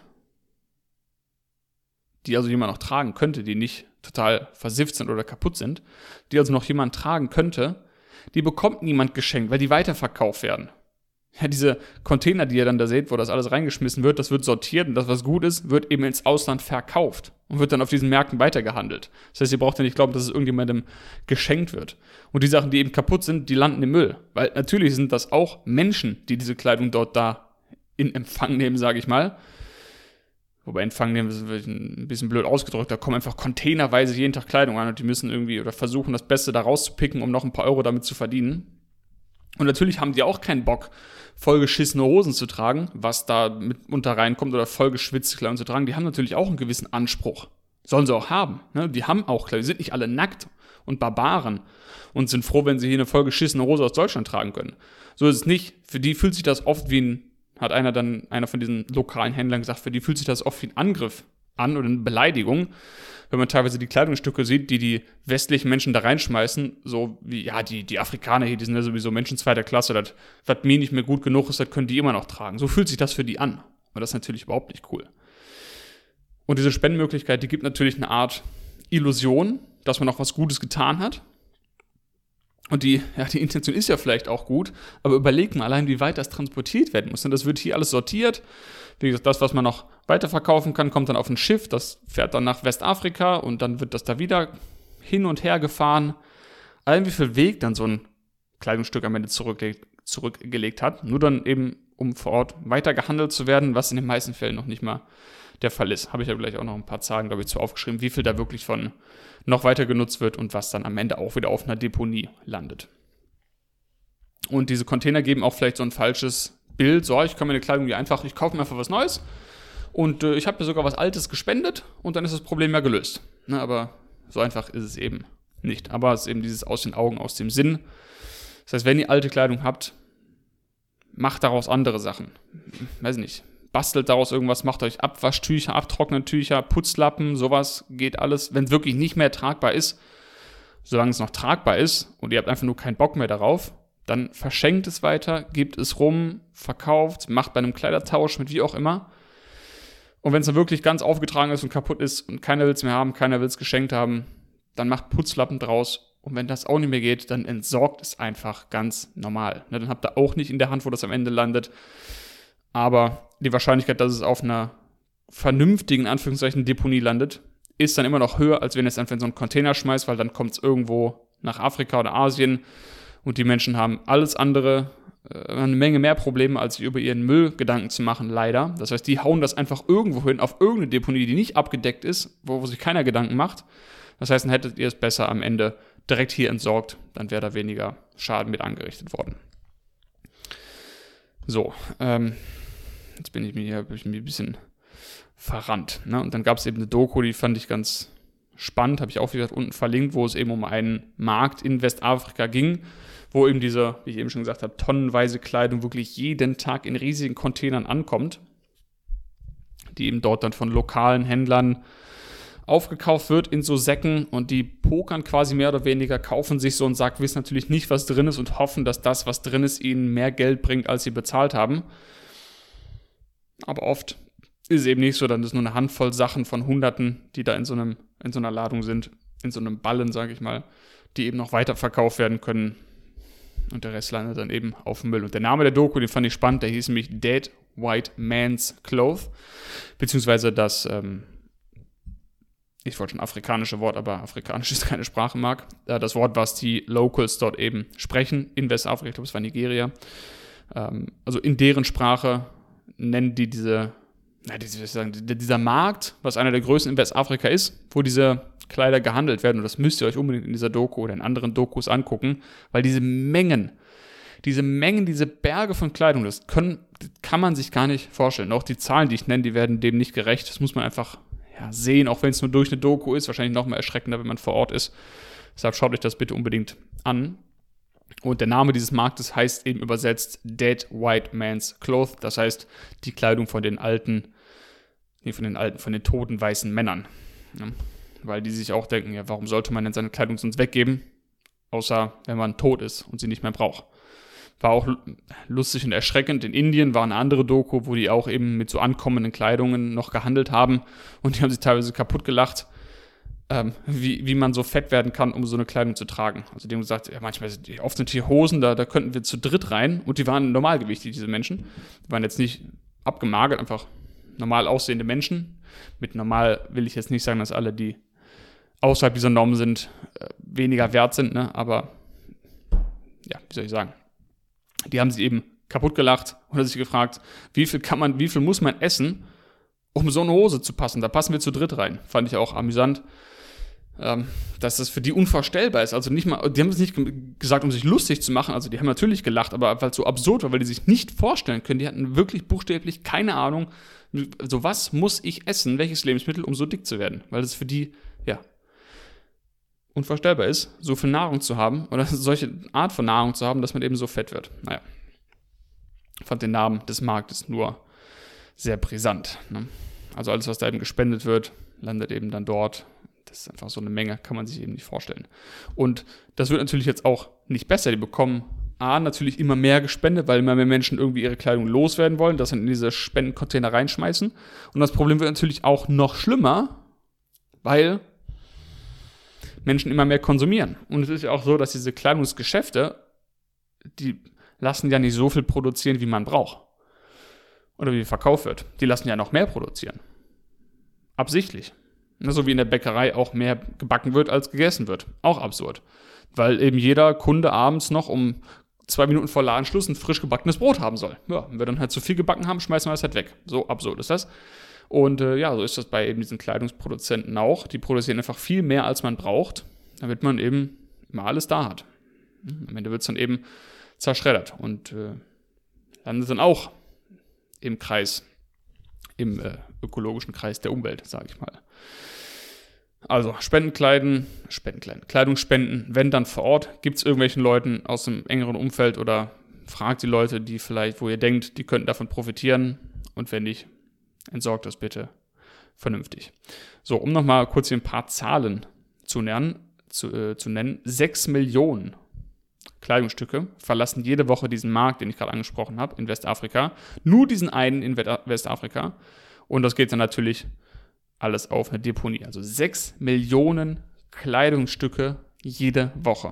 A: die also jemand noch tragen könnte, die nicht total versifft sind oder kaputt sind, die also noch jemand tragen könnte, die bekommt niemand geschenkt, weil die weiterverkauft werden. Ja, diese Container, die ihr dann da seht, wo das alles reingeschmissen wird, das wird sortiert und das, was gut ist, wird eben ins Ausland verkauft und wird dann auf diesen Märkten weitergehandelt. Das heißt, ihr braucht ja nicht glauben, dass es irgendjemandem geschenkt wird. Und die Sachen, die eben kaputt sind, die landen im Müll. Weil natürlich sind das auch Menschen, die diese Kleidung dort da in Empfang nehmen, sage ich mal. Wobei Empfang nehmen ist ein bisschen blöd ausgedrückt, da kommen einfach containerweise jeden Tag Kleidung an und die müssen irgendwie oder versuchen, das Beste da rauszupicken, um noch ein paar Euro damit zu verdienen. Und natürlich haben die auch keinen Bock, vollgeschissene Hosen zu tragen, was da mitunter reinkommt, oder vollgeschwitzte Kleidung zu tragen. Die haben natürlich auch einen gewissen Anspruch. Sollen sie auch haben. Ne? Die haben auch Kleidung. Die sind nicht alle nackt und Barbaren und sind froh, wenn sie hier eine vollgeschissene Hose aus Deutschland tragen können. So ist es nicht. Für die fühlt sich das oft wie einer von diesen lokalen Händlern gesagt, für die fühlt sich das oft wie ein Angriff an oder eine Beleidigung, wenn man teilweise die Kleidungsstücke sieht, die westlichen Menschen da reinschmeißen, so wie, ja, die Afrikaner hier, die sind ja sowieso Menschen zweiter Klasse, das, was mir nicht mehr gut genug ist, das können die immer noch tragen. So fühlt sich das für die an. Und das ist natürlich überhaupt nicht cool. Und diese Spendenmöglichkeit, die gibt natürlich eine Art Illusion, dass man auch was Gutes getan hat. Und die Intention ist ja vielleicht auch gut, aber überlegt mal allein, wie weit das transportiert werden muss. Und das wird hier alles sortiert. Wie gesagt, das, was man noch weiterverkaufen kann, kommt dann auf ein Schiff, das fährt dann nach Westafrika und dann wird das da wieder hin und her gefahren. Allein wie viel Weg dann so ein Kleidungsstück am Ende zurückgelegt hat, nur dann eben, um vor Ort weiter gehandelt zu werden, was in den meisten Fällen noch nicht mal der Fall ist. Habe ich ja gleich auch noch ein paar Zahlen, glaube ich, zu aufgeschrieben, wie viel da wirklich von noch weiter genutzt wird und was dann am Ende auch wieder auf einer Deponie landet. Und diese Container geben auch vielleicht so ein falsches Bild, so, ich kann meine Kleidung hier einfach, ich kaufe mir einfach was Neues und ich habe mir sogar was Altes gespendet und dann ist das Problem ja gelöst. Ne, aber so einfach ist es eben nicht. Aber es ist eben dieses aus den Augen, aus dem Sinn. Das heißt, wenn ihr alte Kleidung habt, macht daraus andere Sachen. Weiß nicht, bastelt daraus irgendwas, macht euch Abwaschtücher, Abtrocknetücher, Putzlappen, sowas geht alles. Wenn es wirklich nicht mehr tragbar ist, solange es noch tragbar ist und ihr habt einfach nur keinen Bock mehr darauf, dann verschenkt es weiter, gebt es rum, verkauft, macht bei einem Kleidertausch mit wie auch immer. Und wenn es dann wirklich ganz aufgetragen ist und kaputt ist und keiner will es mehr haben, keiner will es geschenkt haben, dann macht Putzlappen draus. Und wenn das auch nicht mehr geht, dann entsorgt es einfach ganz normal. Dann habt ihr auch nicht in der Hand, wo das am Ende landet. Aber die Wahrscheinlichkeit, dass es auf einer vernünftigen, Anführungszeichen, Deponie landet, ist dann immer noch höher, als wenn ihr es einfach in so einen Container schmeißt, weil dann kommt es irgendwo nach Afrika oder Asien. Und die Menschen haben alles andere, eine Menge mehr Probleme, als sich über ihren Müll Gedanken zu machen, leider. Das heißt, die hauen das einfach irgendwo hin, auf irgendeine Deponie, die nicht abgedeckt ist, wo sich keiner Gedanken macht. Das heißt, dann hättet ihr es besser am Ende direkt hier entsorgt, dann wäre da weniger Schaden mit angerichtet worden. So, jetzt bin ich mir ein bisschen verrannt. Ne? Und dann gab es eben eine Doku, die fand ich ganz spannend, habe ich auch wieder unten verlinkt, wo es eben um einen Markt in Westafrika ging, wo eben diese, wie ich eben schon gesagt habe, tonnenweise Kleidung wirklich jeden Tag in riesigen Containern ankommt, die eben dort dann von lokalen Händlern aufgekauft wird in so Säcken und die pokern quasi mehr oder weniger, kaufen sich so einen Sack, wissen natürlich nicht, was drin ist und hoffen, dass das, was drin ist, ihnen mehr Geld bringt, als sie bezahlt haben. Aber oft ist es eben nicht so, dann ist nur eine Handvoll Sachen von Hunderten, die da in so einer Ladung sind, in so einem Ballen, sage ich mal, die eben noch weiterverkauft werden können und der Rest landet dann eben auf dem Müll. Und der Name der Doku, den fand ich spannend, der hieß nämlich Dead White Man's Clothes, beziehungsweise das ich wollte schon afrikanische Wort, aber afrikanisch ist keine Sprache, mag. Das Wort, was die Locals dort eben sprechen, in Westafrika, ich glaube, es war Nigeria. Also in deren Sprache nennen die dieser Markt, was einer der größten in Westafrika ist, wo diese Kleider gehandelt werden. Und das müsst ihr euch unbedingt in dieser Doku oder in anderen Dokus angucken, weil diese Mengen, diese Berge von Kleidung, das kann man sich gar nicht vorstellen. Auch die Zahlen, die ich nenne, die werden dem nicht gerecht. Das muss man einfach sehen, auch wenn es nur durch eine Doku ist, wahrscheinlich noch mal erschreckender, wenn man vor Ort ist. Deshalb schaut euch das bitte unbedingt an. Und der Name dieses Marktes heißt eben übersetzt Dead White Man's Clothes, das heißt die Kleidung von den toten weißen Männern. Ja, weil die sich auch denken, ja, warum sollte man denn seine Kleidung sonst weggeben, außer wenn man tot ist und sie nicht mehr braucht. War auch lustig und erschreckend. In Indien war eine andere Doku, wo die auch eben mit so ankommenden Kleidungen noch gehandelt haben und die haben sich teilweise kaputt gelacht, wie man so fett werden kann, um so eine Kleidung zu tragen. Also die haben gesagt, ja, manchmal oft sind hier Hosen, da könnten wir zu dritt rein und die waren normalgewichtig, diese Menschen. Die waren jetzt nicht abgemagert, einfach normal aussehende Menschen. Mit normal will ich jetzt nicht sagen, dass alle, die außerhalb dieser Norm sind, weniger wert sind, ne? Aber ja, wie soll ich sagen? Die haben sich eben kaputt gelacht und haben sich gefragt, wie viel muss man essen, um so eine Hose zu passen? Da passen wir zu dritt rein. Fand ich auch amüsant, dass das für die unvorstellbar ist. Also nicht mal, die haben es nicht gesagt, um sich lustig zu machen, also die haben natürlich gelacht, aber weil es so absurd war, weil die sich nicht vorstellen können, die hatten wirklich buchstäblich keine Ahnung, so was muss ich essen, welches Lebensmittel, um so dick zu werden, weil das für die, ja, unvorstellbar ist, so viel Nahrung zu haben oder solche Art von Nahrung zu haben, dass man eben so fett wird. Naja, ich fand den Namen des Marktes nur sehr brisant. Ne? Also alles, was da eben gespendet wird, landet eben dann dort. Das ist einfach so eine Menge, kann man sich eben nicht vorstellen. Und das wird natürlich jetzt auch nicht besser. Die bekommen natürlich immer mehr gespendet, weil immer mehr Menschen irgendwie ihre Kleidung loswerden wollen, das dann in diese Spendencontainer reinschmeißen. Und das Problem wird natürlich auch noch schlimmer, weil Menschen immer mehr konsumieren. Und es ist ja auch so, dass diese Kleidungsgeschäfte, die lassen ja nicht so viel produzieren, wie man braucht. Oder wie verkauft wird. Die lassen ja noch mehr produzieren. Absichtlich. So wie in der Bäckerei auch mehr gebacken wird, als gegessen wird. Auch absurd. Weil eben jeder Kunde abends noch um 2 Minuten vor Ladenschluss ein frisch gebackenes Brot haben soll. Ja, wenn wir dann halt zu viel gebacken haben, schmeißen wir das halt weg. So absurd ist das. Und so ist das bei eben diesen Kleidungsproduzenten auch. Die produzieren einfach viel mehr, als man braucht, damit man eben immer alles da hat. Am Ende wird es dann eben zerschreddert und landet dann auch im ökologischen Kreis der Umwelt, sage ich mal. Also Kleidung spenden, wenn dann vor Ort, gibt es irgendwelchen Leuten aus dem engeren Umfeld oder fragt die Leute, die vielleicht, wo ihr denkt, die könnten davon profitieren und wenn nicht, entsorgt das bitte vernünftig. So, um nochmal kurz hier ein paar Zahlen zu nennen. 6 Millionen Kleidungsstücke verlassen jede Woche diesen Markt, den ich gerade angesprochen habe, in Westafrika. Nur diesen einen in Westafrika. Und das geht dann natürlich alles auf eine Deponie. Also 6 Millionen Kleidungsstücke jede Woche.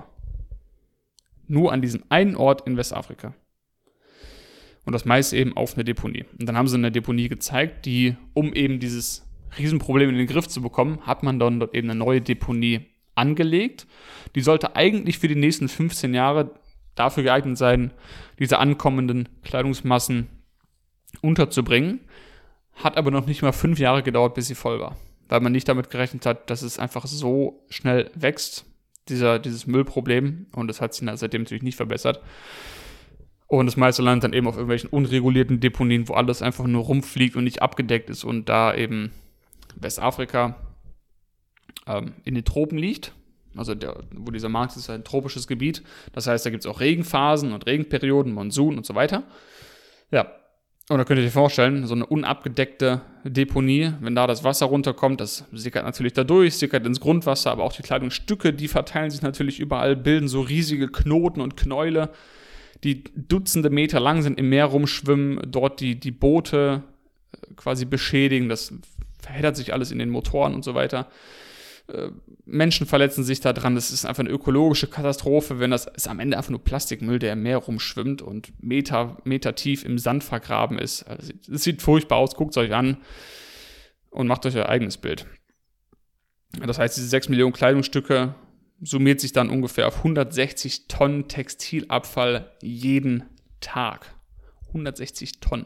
A: Nur an diesem einen Ort in Westafrika. Und das meiste eben auf eine Deponie. Und dann haben sie eine Deponie gezeigt, die, um eben dieses Riesenproblem in den Griff zu bekommen, hat man dann dort eben eine neue Deponie angelegt. Die sollte eigentlich für die nächsten 15 Jahre dafür geeignet sein, diese ankommenden Kleidungsmassen unterzubringen. Hat aber noch nicht mal 5 Jahre gedauert, bis sie voll war. Weil man nicht damit gerechnet hat, dass es einfach so schnell wächst, dieses Müllproblem. Und das hat sich seitdem natürlich nicht verbessert. Und das meiste landet dann eben auf irgendwelchen unregulierten Deponien, wo alles einfach nur rumfliegt und nicht abgedeckt ist. Und da eben Westafrika in den Tropen liegt, Also wo dieser Markt ist ein tropisches Gebiet. Das heißt, da gibt es auch Regenphasen und Regenperioden, Monsun und so weiter. Ja, und da könnt ihr euch vorstellen, so eine unabgedeckte Deponie, wenn da das Wasser runterkommt, das sickert natürlich da durch, sickert ins Grundwasser, aber auch die Kleidungsstücke, die verteilen sich natürlich überall, bilden so riesige Knoten und Knäule, die Dutzende Meter lang sind, im Meer rumschwimmen, dort die Boote quasi beschädigen, das verheddert sich alles in den Motoren und so weiter. Menschen verletzen sich da dran, das ist einfach eine ökologische Katastrophe, wenn das ist am Ende einfach nur Plastikmüll, der im Meer rumschwimmt und Meter tief im Sand vergraben ist. Also, es sieht furchtbar aus, guckt es euch an und macht euch euer eigenes Bild. Das heißt, diese 6 Millionen Kleidungsstücke summiert sich dann ungefähr auf 160 Tonnen Textilabfall jeden Tag. 160 Tonnen.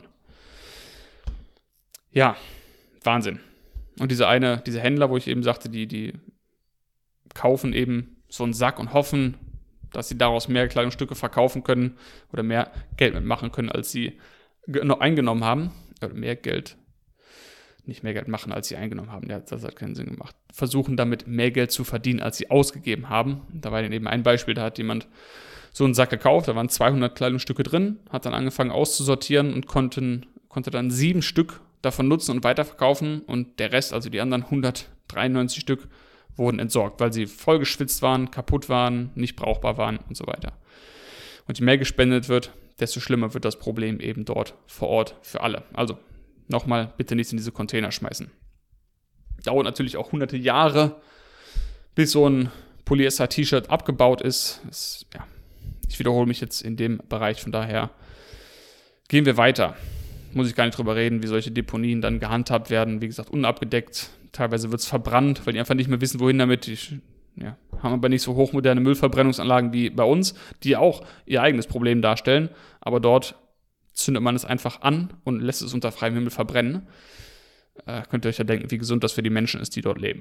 A: Ja, Wahnsinn. Und diese Händler, wo ich eben sagte, die kaufen eben so einen Sack und hoffen, dass sie daraus mehr Kleidungsstücke verkaufen können oder mehr Geld mitmachen können, als sie noch eingenommen haben. Oder nicht mehr Geld machen, als sie eingenommen haben. Ja, das hat keinen Sinn gemacht. Versuchen damit mehr Geld zu verdienen, als sie ausgegeben haben. Da war dann eben ein Beispiel, da hat jemand so einen Sack gekauft, da waren 200 Kleidungsstücke drin, hat dann angefangen auszusortieren und konnte dann 7 Stück davon nutzen und weiterverkaufen und der Rest, also die anderen 193 Stück, wurden entsorgt, weil sie vollgeschwitzt waren, kaputt waren, nicht brauchbar waren und so weiter. Und je mehr gespendet wird, desto schlimmer wird das Problem eben dort vor Ort für alle. Also nochmal, bitte nichts in diese Container schmeißen. Dauert natürlich auch hunderte Jahre, bis so ein Polyester-T-Shirt abgebaut ist. Ich wiederhole mich jetzt in dem Bereich, von daher gehen wir weiter. Muss ich gar nicht drüber reden, wie solche Deponien dann gehandhabt werden. Wie gesagt, unabgedeckt. Teilweise wird es verbrannt, weil die einfach nicht mehr wissen, wohin damit. Die haben aber nicht so hochmoderne Müllverbrennungsanlagen wie bei uns, die auch ihr eigenes Problem darstellen. Aber dort zündet man es einfach an und lässt es unter freiem Himmel verbrennen. Könnt ihr euch ja denken, wie gesund das für die Menschen ist, die dort leben.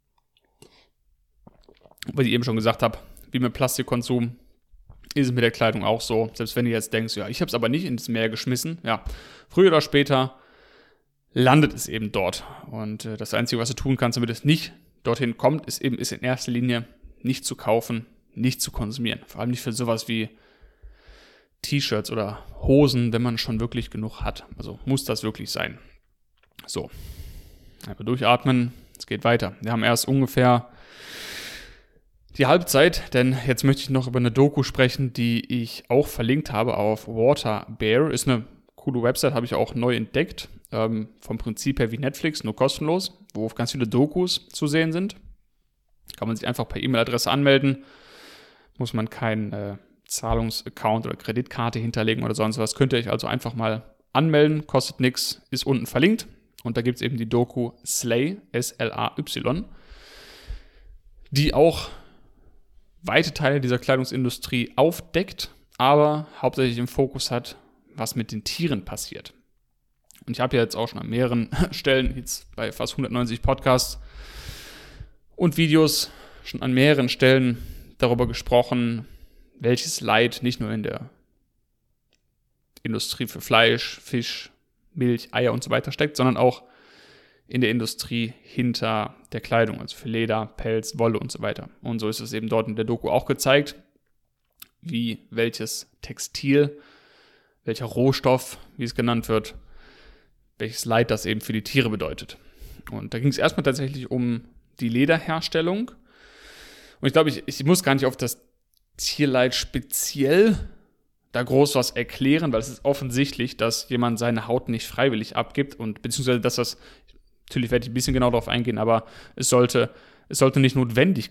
A: Weil ich eben schon gesagt habe, wie mit Plastikkonsum, ist es mit der Kleidung auch so. Selbst wenn du jetzt denkst, ja, ich habe es aber nicht ins Meer geschmissen. Ja, früher oder später landet es eben dort. Und das Einzige, was du tun kannst, damit es nicht dorthin kommt, ist in erster Linie nicht zu kaufen, nicht zu konsumieren. Vor allem nicht für sowas wie T-Shirts oder Hosen, wenn man schon wirklich genug hat. Also muss das wirklich sein. So, einfach durchatmen, es geht weiter. Wir haben erst ungefähr die Halbzeit, denn jetzt möchte ich noch über eine Doku sprechen, die ich auch verlinkt habe auf WaterBear. Ist eine coole Website, habe ich auch neu entdeckt. Vom Prinzip her wie Netflix, nur kostenlos, wo ganz viele Dokus zu sehen sind. Kann man sich einfach per E-Mail-Adresse anmelden. Muss man keinen Zahlungsaccount oder Kreditkarte hinterlegen oder sonst was. Könnt ihr euch also einfach mal anmelden, kostet nichts, ist unten verlinkt. Und da gibt es eben die Doku Slay, S-L-A-Y, die auch weite Teile dieser Kleidungsindustrie aufdeckt, aber hauptsächlich im Fokus hat, was mit den Tieren passiert. Und ich habe ja jetzt auch schon an mehreren Stellen, jetzt bei fast 190 Podcasts und Videos, schon an mehreren Stellen darüber gesprochen, welches Leid nicht nur in der Industrie für Fleisch, Fisch, Milch, Eier und so weiter steckt, sondern auch in der Industrie hinter der Kleidung, also für Leder, Pelz, Wolle und so weiter. Und so ist es eben dort in der Doku auch gezeigt, wie welches Textil, welcher Rohstoff, wie es genannt wird, welches Leid das eben für die Tiere bedeutet. Und da ging es erstmal tatsächlich um die Lederherstellung. Und ich glaube, ich muss gar nicht auf das Tierleid speziell da groß was erklären, weil es ist offensichtlich, dass jemand seine Haut nicht freiwillig abgibt und beziehungsweise, dass das, natürlich werde ich ein bisschen genau darauf eingehen, aber es sollte nicht notwendig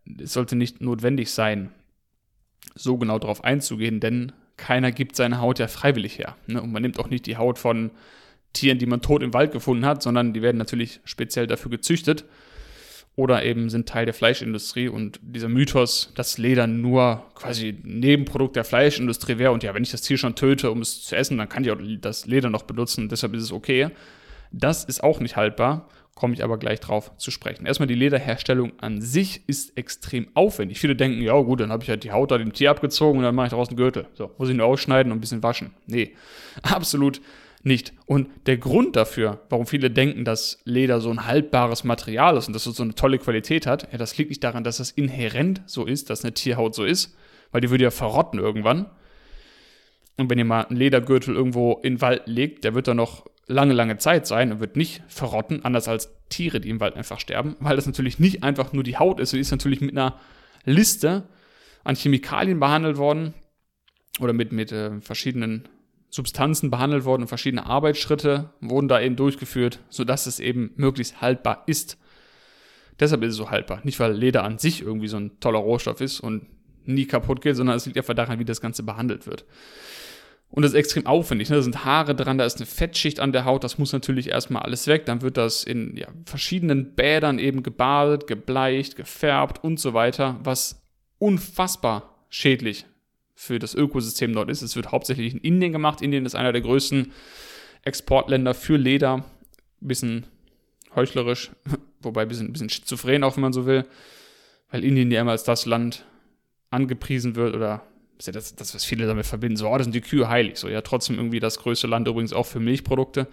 A: sein, so genau darauf einzugehen, denn keiner gibt seine Haut ja freiwillig her. Ne? Und man nimmt auch nicht die Haut von Tieren, die man tot im Wald gefunden hat, sondern die werden natürlich speziell dafür gezüchtet oder eben sind Teil der Fleischindustrie. Und dieser Mythos, dass Leder nur quasi ein Nebenprodukt der Fleischindustrie wäre und ja, wenn ich das Tier schon töte, um es zu essen, dann kann ich auch das Leder noch benutzen, deshalb ist es okay. Das ist auch nicht haltbar, komme ich aber gleich drauf zu sprechen. Erstmal die Lederherstellung an sich ist extrem aufwendig. Viele denken, ja gut, dann habe ich halt die Haut da dem Tier abgezogen und dann mache ich daraus einen Gürtel. So, muss ich nur ausschneiden und ein bisschen waschen. Nee, absolut nicht. Und der Grund dafür, warum viele denken, dass Leder so ein haltbares Material ist und dass es so eine tolle Qualität hat, ja, das liegt nicht daran, dass es inhärent so ist, dass eine Tierhaut so ist, weil die würde ja verrotten irgendwann. Und wenn ihr mal einen Ledergürtel irgendwo in den Wald legt, der wird dann noch lange, lange Zeit sein und wird nicht verrotten, anders als Tiere, die im Wald einfach sterben, weil das natürlich nicht einfach nur die Haut ist, die ist natürlich mit einer Liste an Chemikalien behandelt worden oder mit verschiedenen Substanzen behandelt worden und verschiedene Arbeitsschritte wurden da eben durchgeführt, sodass es eben möglichst haltbar ist. Deshalb ist es so haltbar. Nicht, weil Leder an sich irgendwie so ein toller Rohstoff ist und nie kaputt geht, sondern es liegt einfach daran, wie das Ganze behandelt wird. Und das ist extrem aufwendig. Ne? Da sind Haare dran, da ist eine Fettschicht an der Haut, das muss natürlich erstmal alles weg. Dann wird das in verschiedenen Bädern eben gebadet, gebleicht, gefärbt und so weiter, was unfassbar schädlich für das Ökosystem dort ist. Es wird hauptsächlich in Indien gemacht. Indien ist einer der größten Exportländer für Leder. Ein bisschen heuchlerisch, wobei ein bisschen schizophren auch, wenn man so will, weil Indien ja immer als das Land angepriesen wird oder ist ja das, was viele damit verbinden. So, das sind die Kühe heilig. So, ja, trotzdem irgendwie das größte Land übrigens auch für Milchprodukte.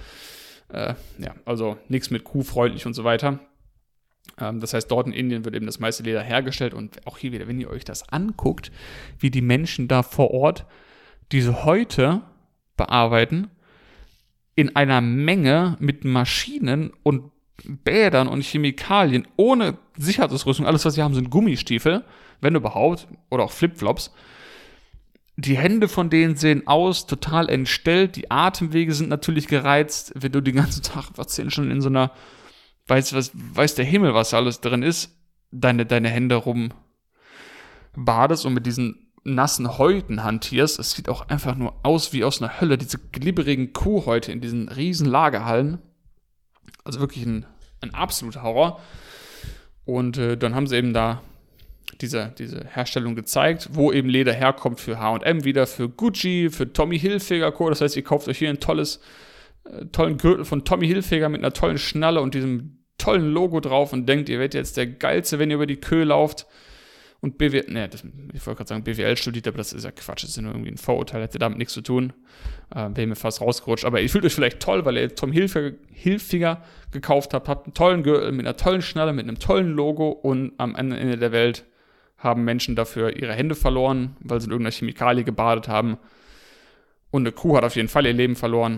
A: Also nichts mit Kuh freundlich und so weiter. Das heißt, dort in Indien wird eben das meiste Leder hergestellt und auch hier wieder, wenn ihr euch das anguckt, wie die Menschen da vor Ort diese Häute bearbeiten, in einer Menge mit Maschinen und Bädern und Chemikalien, ohne Sicherheitsrüstung, alles was sie haben sind Gummistiefel, wenn überhaupt, oder auch Flipflops. Die Hände von denen sehen aus, total entstellt, die Atemwege sind natürlich gereizt, wenn du den ganzen Tag, was denn schon in so einer, weiß der Himmel, was da alles drin ist, deine Hände rumbadest und mit diesen nassen Häuten hantierst. Es sieht auch einfach nur aus wie aus einer Hölle, diese glibberigen Kuhhäute in diesen riesen Lagerhallen. Also wirklich ein absoluter Horror. Und dann haben sie eben da diese Herstellung gezeigt, wo eben Leder herkommt für H&M wieder, für Gucci, für Tommy Hilfiger Co. Das heißt, ihr kauft euch hier einen tollen Gürtel von Tommy Hilfiger mit einer tollen Schnalle und diesem tollen Logo drauf und denkt, ihr werdet jetzt der Geilste, wenn ihr über die Köhe lauft. Und ich wollte gerade sagen, BWL studiert, aber das ist ja Quatsch, das ist ja nur irgendwie ein Vorurteil, hätte damit nichts zu tun. Wäre mir fast rausgerutscht. Aber ihr fühlt euch vielleicht toll, weil ihr Tom Hilfiger gekauft habt einen tollen Gürtel mit einer tollen Schnalle, mit einem tollen Logo und am Ende der Welt haben Menschen dafür ihre Hände verloren, weil sie in irgendeiner Chemikalie gebadet haben. Und eine Kuh hat auf jeden Fall ihr Leben verloren.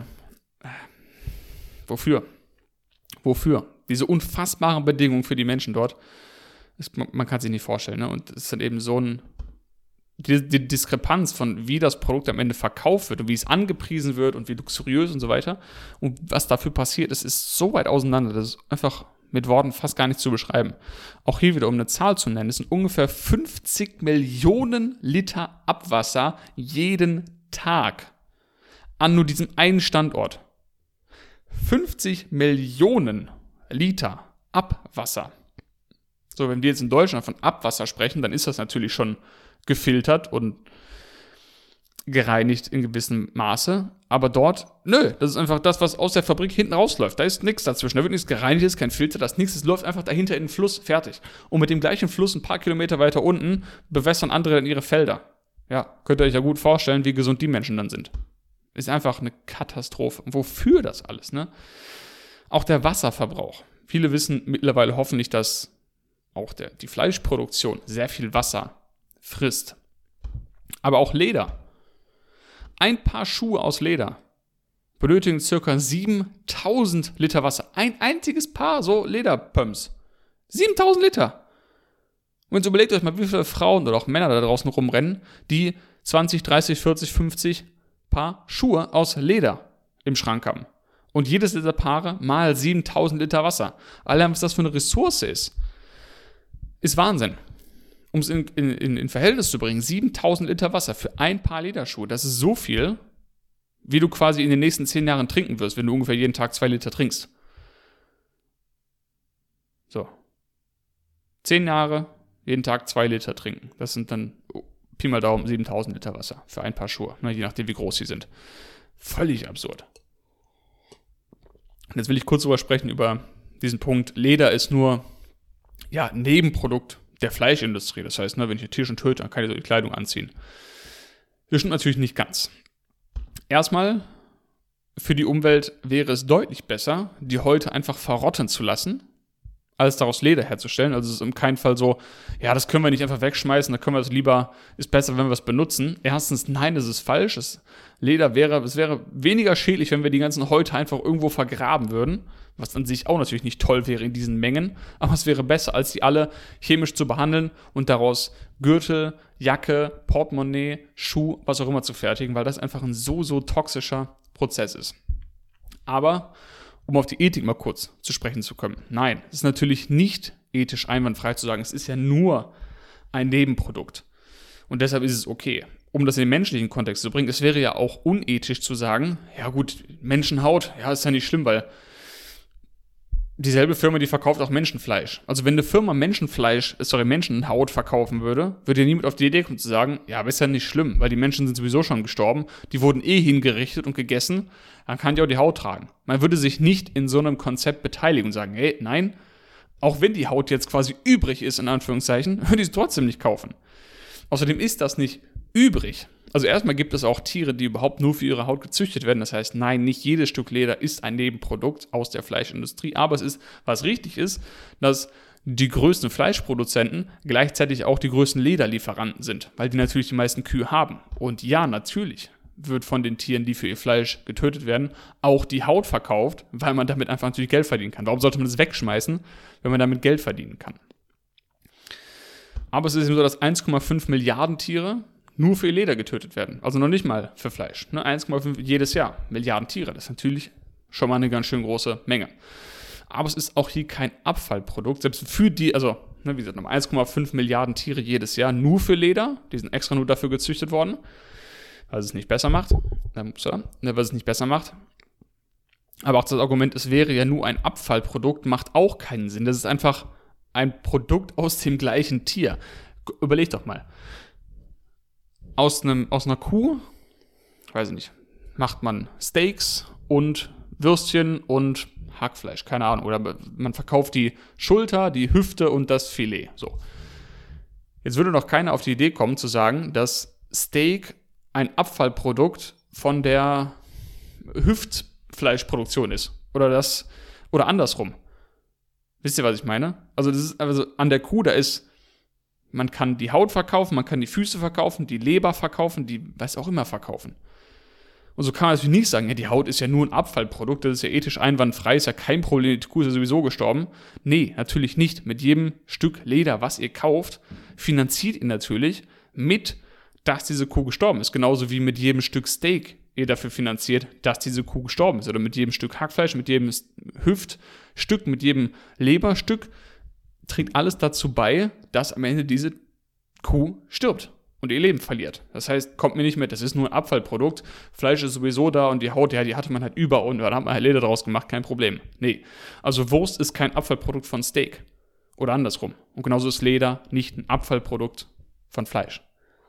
A: Wofür? Diese unfassbaren Bedingungen für die Menschen dort, man kann sich nicht vorstellen. Ne? Und es ist dann eben so die Diskrepanz von wie das Produkt am Ende verkauft wird und wie es angepriesen wird und wie luxuriös und so weiter. Und was dafür passiert, es ist so weit auseinander, das ist einfach mit Worten fast gar nicht zu beschreiben. Auch hier wieder, um eine Zahl zu nennen, es sind ungefähr 50 Millionen Liter Abwasser jeden Tag an nur diesem einen Standort. 50 Millionen Liter Abwasser. So, wenn wir jetzt in Deutschland von Abwasser sprechen, dann ist das natürlich schon gefiltert und gereinigt in gewissem Maße. Aber dort, das ist einfach das, was aus der Fabrik hinten rausläuft. Da ist nichts dazwischen. Da wird nichts gereinigt, ist kein Filter, das ist nichts. Es läuft einfach dahinter in den Fluss, fertig. Und mit dem gleichen Fluss ein paar Kilometer weiter unten bewässern andere dann ihre Felder. Ja, könnt ihr euch ja gut vorstellen, wie gesund die Menschen dann sind. Ist einfach eine Katastrophe. Und wofür das alles, ne? Auch der Wasserverbrauch. Viele wissen mittlerweile hoffentlich, dass auch die Fleischproduktion sehr viel Wasser frisst. Aber auch Leder. Ein Paar Schuhe aus Leder benötigen ca. 7000 Liter Wasser. Ein einziges Paar so Lederpumps. 7000 Liter. Und jetzt überlegt euch mal, wie viele Frauen oder auch Männer da draußen rumrennen, die 20, 30, 40, 50 Paar Schuhe aus Leder im Schrank haben. Und jedes dieser Paare mal 7000 Liter Wasser. Allein was das für eine Ressource ist Wahnsinn. Um es in Verhältnis zu bringen, 7000 Liter Wasser für ein Paar Lederschuhe, das ist so viel, wie du quasi in den nächsten 10 Jahren trinken wirst, wenn du ungefähr jeden Tag 2 Liter trinkst. So. 10 Jahre, jeden Tag 2 Liter trinken. Das sind dann, Pi mal Daumen, 7000 Liter Wasser für ein Paar Schuhe, je nachdem, wie groß sie sind. Völlig absurd. Und jetzt will ich kurz darüber sprechen, über diesen Punkt. Leder ist nur ein Nebenprodukt der Fleischindustrie. Das heißt, wenn ich ein Tier schon töte, dann kann ich so die Kleidung anziehen. Das stimmt natürlich nicht ganz. Erstmal für die Umwelt wäre es deutlich besser, die Häute einfach verrotten zu lassen, als daraus Leder herzustellen. Also es ist in keinem Fall so, ja, das können wir nicht einfach wegschmeißen, da können wir es lieber, ist besser, wenn wir es benutzen. Erstens, nein, das ist falsch. Es wäre weniger schädlich, wenn wir die ganzen Häute einfach irgendwo vergraben würden, was an sich auch natürlich nicht toll wäre in diesen Mengen, aber es wäre besser, als die alle chemisch zu behandeln und daraus Gürtel, Jacke, Portemonnaie, Schuh, was auch immer zu fertigen, weil das einfach ein so toxischer Prozess ist. Aber um auf die Ethik mal kurz zu sprechen zu kommen. Nein, es ist natürlich nicht ethisch einwandfrei zu sagen, es ist ja nur ein Nebenprodukt. Und deshalb ist es okay. Um das in den menschlichen Kontext zu bringen, es wäre ja auch unethisch zu sagen, ja gut, Menschenhaut, ja, ist ja nicht schlimm, weil dieselbe Firma, die verkauft auch Menschenfleisch. Also wenn eine Firma Menschenhaut verkaufen würde, würde ja niemand auf die Idee kommen zu sagen, ja, aber ist ja nicht schlimm, weil die Menschen sind sowieso schon gestorben, die wurden hingerichtet und gegessen, dann kann die auch die Haut tragen. Man würde sich nicht in so einem Konzept beteiligen und sagen, hey, nein, auch wenn die Haut jetzt quasi übrig ist, in Anführungszeichen, würde ich es trotzdem nicht kaufen. Außerdem ist das nicht übrig. Also erstmal gibt es auch Tiere, die überhaupt nur für ihre Haut gezüchtet werden. Das heißt, nein, nicht jedes Stück Leder ist ein Nebenprodukt aus der Fleischindustrie. Aber es ist, was richtig ist, dass die größten Fleischproduzenten gleichzeitig auch die größten Lederlieferanten sind, weil die natürlich die meisten Kühe haben. Und ja, natürlich wird von den Tieren, die für ihr Fleisch getötet werden, auch die Haut verkauft, weil man damit einfach natürlich Geld verdienen kann. Warum sollte man das wegschmeißen, wenn man damit Geld verdienen kann? Aber es ist eben so, dass 1,5 Milliarden Tiere nur für ihr Leder getötet werden. Also noch nicht mal für Fleisch. 1,5 jedes Jahr. Milliarden Tiere. Das ist natürlich schon mal eine ganz schön große Menge. Aber es ist auch hier kein Abfallprodukt. Selbst für die, also wie gesagt, 1,5 Milliarden Tiere jedes Jahr nur für Leder. Die sind extra nur dafür gezüchtet worden. Weil es nicht besser macht. Weil es nicht besser macht. Aber auch das Argument, es wäre ja nur ein Abfallprodukt, macht auch keinen Sinn. Das ist einfach ein Produkt aus dem gleichen Tier. Überleg doch mal. Aus einer Kuh, weiß ich nicht, macht man Steaks und Würstchen und Hackfleisch, keine Ahnung. Oder man verkauft die Schulter, die Hüfte und das Filet. So. Jetzt würde noch keiner auf die Idee kommen zu sagen, dass Steak ein Abfallprodukt von der Hüftfleischproduktion ist. Oder andersrum. Wisst ihr, was ich meine? Also das ist also an der Kuh, man kann die Haut verkaufen, man kann die Füße verkaufen, die Leber verkaufen, die was auch immer verkaufen. Und so kann man natürlich nicht sagen, ja, die Haut ist ja nur ein Abfallprodukt, das ist ja ethisch einwandfrei, ist ja kein Problem, die Kuh ist ja sowieso gestorben. Nee, natürlich nicht. Mit jedem Stück Leder, was ihr kauft, finanziert ihr natürlich mit, dass diese Kuh gestorben ist. Genauso wie mit jedem Stück Steak ihr dafür finanziert, dass diese Kuh gestorben ist. Oder mit jedem Stück Hackfleisch, mit jedem Hüftstück, mit jedem Leberstück trägt alles dazu bei, dass am Ende diese Kuh stirbt und ihr Leben verliert. Das heißt, kommt mir nicht mit, das ist nur ein Abfallprodukt, Fleisch ist sowieso da und die Haut, ja, die hatte man halt über und dann hat man halt Leder draus gemacht, kein Problem. Nee, also Wurst ist kein Abfallprodukt von Steak oder andersrum. Und genauso ist Leder nicht ein Abfallprodukt von Fleisch.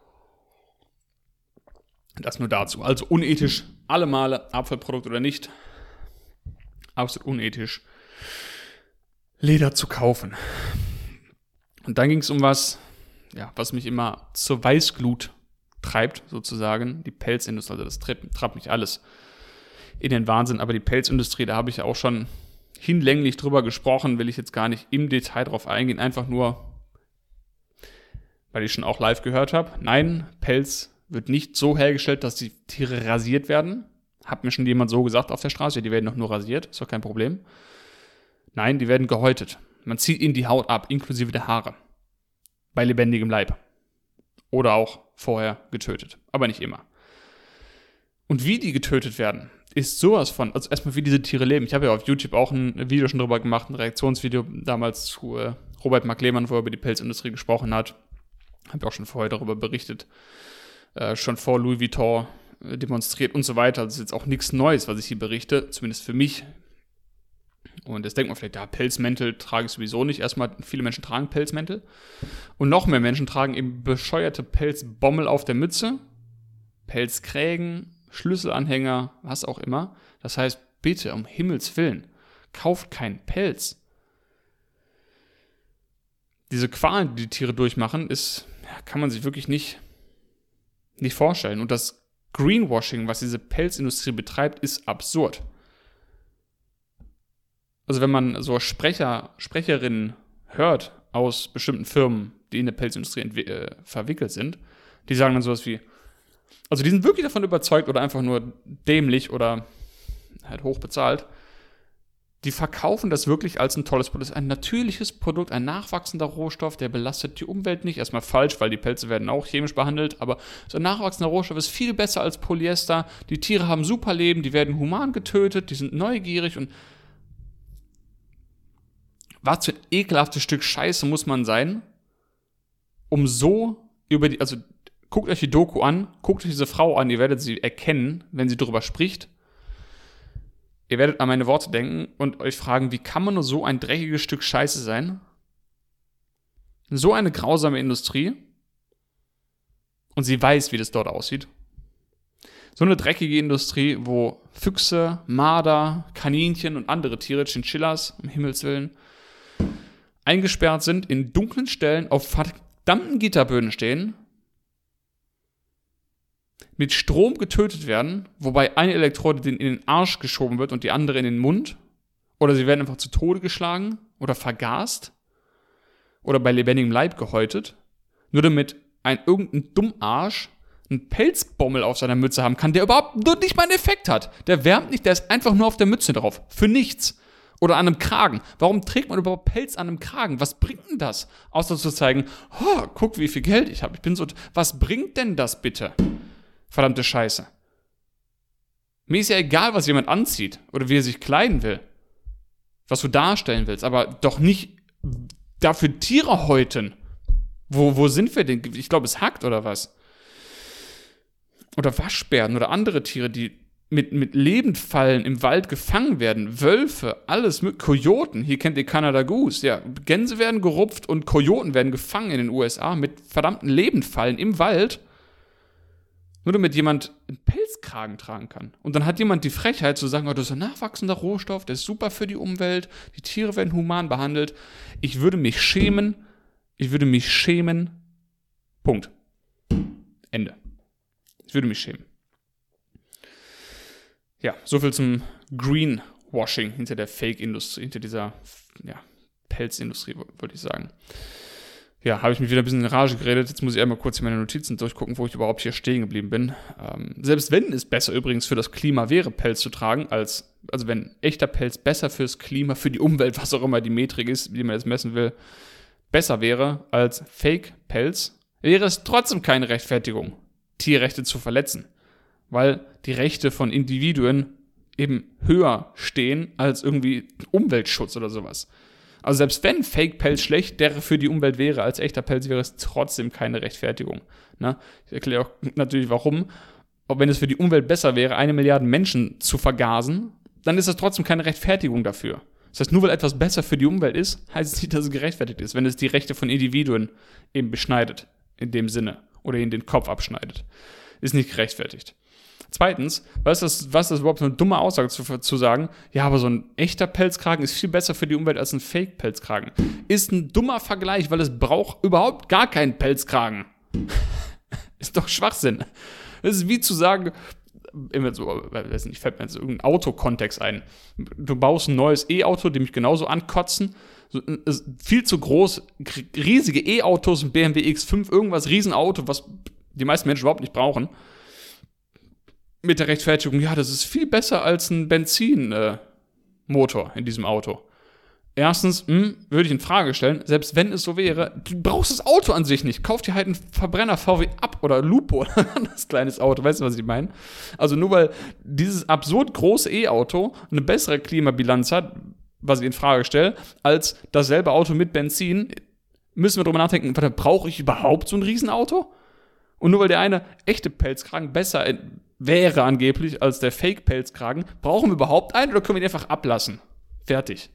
A: Das nur dazu. Also unethisch, alle Male, Abfallprodukt oder nicht, absolut unethisch, Leder zu kaufen. Und dann ging es um was mich immer zur Weißglut treibt, sozusagen, die Pelzindustrie. Also das treibt mich alles in den Wahnsinn, aber die Pelzindustrie, da habe ich ja auch schon hinlänglich drüber gesprochen, will ich jetzt gar nicht im Detail drauf eingehen, einfach nur, weil ich schon auch live gehört habe. Nein, Pelz wird nicht so hergestellt, dass die Tiere rasiert werden. Hat mir schon jemand so gesagt auf der Straße, ja, die werden doch nur rasiert, ist doch kein Problem. Nein, die werden gehäutet. Man zieht ihnen die Haut ab, inklusive der Haare. Bei lebendigem Leib. Oder auch vorher getötet. Aber nicht immer. Und wie die getötet werden, ist sowas von, also erstmal wie diese Tiere leben. Ich habe ja auf YouTube auch ein Video schon drüber gemacht, ein Reaktionsvideo damals zu Robert Mark Lehmann, wo er über die Pelzindustrie gesprochen hat. Habe ich auch schon vorher darüber berichtet. Schon vor Louis Vuitton demonstriert und so weiter. Das ist jetzt auch nichts Neues, was ich hier berichte, zumindest für mich. Und jetzt denkt man vielleicht, ja, Pelzmäntel trage ich sowieso nicht. Erstmal, viele Menschen tragen Pelzmäntel. Und noch mehr Menschen tragen eben bescheuerte Pelzbommel auf der Mütze, Pelzkrägen, Schlüsselanhänger, was auch immer. Das heißt, bitte, um Himmels Willen, kauft keinen Pelz. Diese Qualen, die die Tiere durchmachen, kann man sich wirklich nicht vorstellen. Und das Greenwashing, was diese Pelzindustrie betreibt, ist absurd. Also wenn man so Sprecherinnen hört aus bestimmten Firmen, die in der Pelzindustrie verwickelt sind, die sagen dann sowas wie, also die sind wirklich davon überzeugt oder einfach nur dämlich oder halt hochbezahlt, die verkaufen das wirklich als ein tolles Produkt. Ein natürliches Produkt, ein nachwachsender Rohstoff, der belastet die Umwelt nicht. Erstmal falsch, weil die Pelze werden auch chemisch behandelt, aber so ein nachwachsender Rohstoff ist viel besser als Polyester. Die Tiere haben super Leben, die werden human getötet, die sind neugierig und was für ein ekelhaftes Stück Scheiße muss man sein, um so also guckt euch die Doku an, guckt euch diese Frau an, ihr werdet sie erkennen, wenn sie darüber spricht. Ihr werdet an meine Worte denken und euch fragen, wie kann man nur so ein dreckiges Stück Scheiße sein? So eine grausame Industrie. Und sie weiß, wie das dort aussieht. So eine dreckige Industrie, wo Füchse, Marder, Kaninchen und andere Tiere, Chinchillas, um Himmels Willen, eingesperrt sind, in dunklen Stellen, auf verdammten Gitterböden stehen, mit Strom getötet werden, wobei eine Elektrode denen in den Arsch geschoben wird und die andere in den Mund. Oder sie werden einfach zu Tode geschlagen oder vergast oder bei lebendigem Leib gehäutet, nur damit irgendein Dummarsch einen Pelzbommel auf seiner Mütze haben kann, der überhaupt nur nicht mal einen Effekt hat. Der wärmt nicht, der ist einfach nur auf der Mütze drauf. Für nichts. Oder an einem Kragen. Warum trägt man überhaupt Pelz an einem Kragen? Was bringt denn das? Außer zu zeigen, guck, wie viel Geld ich habe. Was bringt denn das bitte? Verdammte Scheiße. Mir ist ja egal, was jemand anzieht oder wie er sich kleiden will. Was du darstellen willst, aber doch nicht dafür Tiere häuten. Wo sind wir denn? Ich glaube, es hackt oder was? Oder Waschbären oder andere Tiere, die mit Lebendfallen im Wald gefangen werden. Wölfe, alles mit Kojoten. Hier kennt ihr Canada Goose. Ja, Gänse werden gerupft und Kojoten werden gefangen in den USA mit verdammten Lebendfallen im Wald. Nur damit jemand einen Pelzkragen tragen kann. Und dann hat jemand die Frechheit zu sagen, das ist ein nachwachsender Rohstoff, der ist super für die Umwelt, die Tiere werden human behandelt. Ich würde mich schämen. Punkt. Ende. Ich würde mich schämen. Ja, soviel zum Greenwashing hinter der Fake-Industrie, hinter dieser Pelzindustrie, würde ich sagen. Ja, habe ich mich wieder ein bisschen in Rage geredet. Jetzt muss ich einmal kurz in meine Notizen durchgucken, wo ich überhaupt hier stehen geblieben bin. Selbst wenn es besser übrigens für das Klima wäre, Pelz zu tragen, also wenn echter Pelz besser fürs Klima, für die Umwelt, was auch immer die Metrik ist, wie man das messen will, besser wäre als Fake-Pelz, wäre es trotzdem keine Rechtfertigung, Tierrechte zu verletzen. Weil die Rechte von Individuen eben höher stehen als irgendwie Umweltschutz oder sowas. Also selbst wenn Fake-Pelz schlecht für die Umwelt wäre, als echter Pelz wäre es trotzdem keine Rechtfertigung. Ne? Ich erkläre auch natürlich warum. Auch wenn es für die Umwelt besser wäre, 1 Milliarde Menschen zu vergasen, dann ist das trotzdem keine Rechtfertigung dafür. Das heißt, nur weil etwas besser für die Umwelt ist, heißt es nicht, dass es gerechtfertigt ist, wenn es die Rechte von Individuen eben beschneidet, in dem Sinne, oder ihnen den Kopf abschneidet. Ist nicht gerechtfertigt. Zweitens, was ist das überhaupt für eine dumme Aussage zu sagen, ja, aber so ein echter Pelzkragen ist viel besser für die Umwelt als ein Fake-Pelzkragen. Ist ein dummer Vergleich, weil es braucht überhaupt gar keinen Pelzkragen. Ist doch Schwachsinn. Das ist wie zu sagen, immer so, weiß nicht, fällt mir jetzt irgendein Autokontext ein. Du baust ein neues E-Auto, die mich genauso ankotzen. So, viel zu groß, riesige E-Autos, ein BMW X5, irgendwas, Riesenauto, was die meisten Menschen überhaupt nicht brauchen. Mit der Rechtfertigung, ja, das ist viel besser als ein Benzinmotor in diesem Auto. Erstens, würde ich in Frage stellen, selbst wenn es so wäre, du brauchst das Auto an sich nicht. Kauf dir halt einen Verbrenner VW Up oder Lupo oder ein anderes kleines Auto, weißt du, was ich meine? Also nur weil dieses absurd große E-Auto eine bessere Klimabilanz hat, was ich in Frage stelle, als dasselbe Auto mit Benzin, müssen wir drüber nachdenken, brauche ich überhaupt so ein Riesenauto? Und nur weil der eine echte Pelzkragen besser wäre angeblich als der Fake-Pelzkragen, brauchen wir überhaupt einen oder können wir den einfach ablassen? Fertig.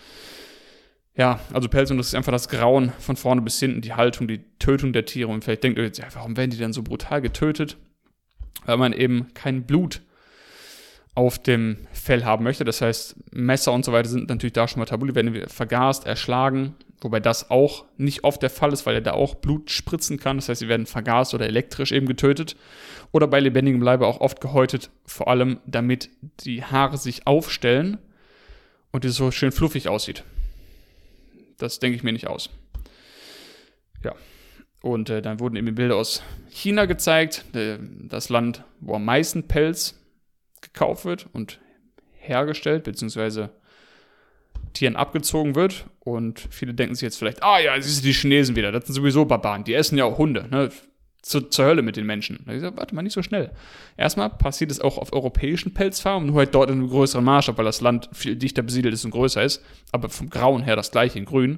A: Ja, also Pelzindustrie ist einfach das Grauen von vorne bis hinten, die Haltung, die Tötung der Tiere. Und vielleicht denkt ihr jetzt, ja, warum werden die denn so brutal getötet? Weil man eben kein Blut auf dem Fell haben möchte. Das heißt, Messer und so weiter sind natürlich da schon mal tabu. Die werden vergast, erschlagen. Wobei das auch nicht oft der Fall ist, weil er da auch Blut spritzen kann. Das heißt, sie werden vergast oder elektrisch eben getötet. Oder bei lebendigem Leibe auch oft gehäutet, vor allem damit die Haare sich aufstellen und es so schön fluffig aussieht. Das denke ich mir nicht aus. Ja, und dann wurden eben Bilder aus China gezeigt, das Land, wo am meisten Pelz gekauft wird und hergestellt, beziehungsweise Tieren abgezogen wird. Und viele denken sich jetzt vielleicht, ja, siehst du die Chinesen wieder, das sind sowieso Barbaren, die essen ja auch Hunde, ne? Zur Hölle mit den Menschen. Da ich sage, warte mal, nicht so schnell. Erstmal passiert es auch auf europäischen Pelzfarmen, nur halt dort in einem größeren Maßstab, weil das Land viel dichter besiedelt ist und größer ist, aber vom Grauen her das gleiche in grün.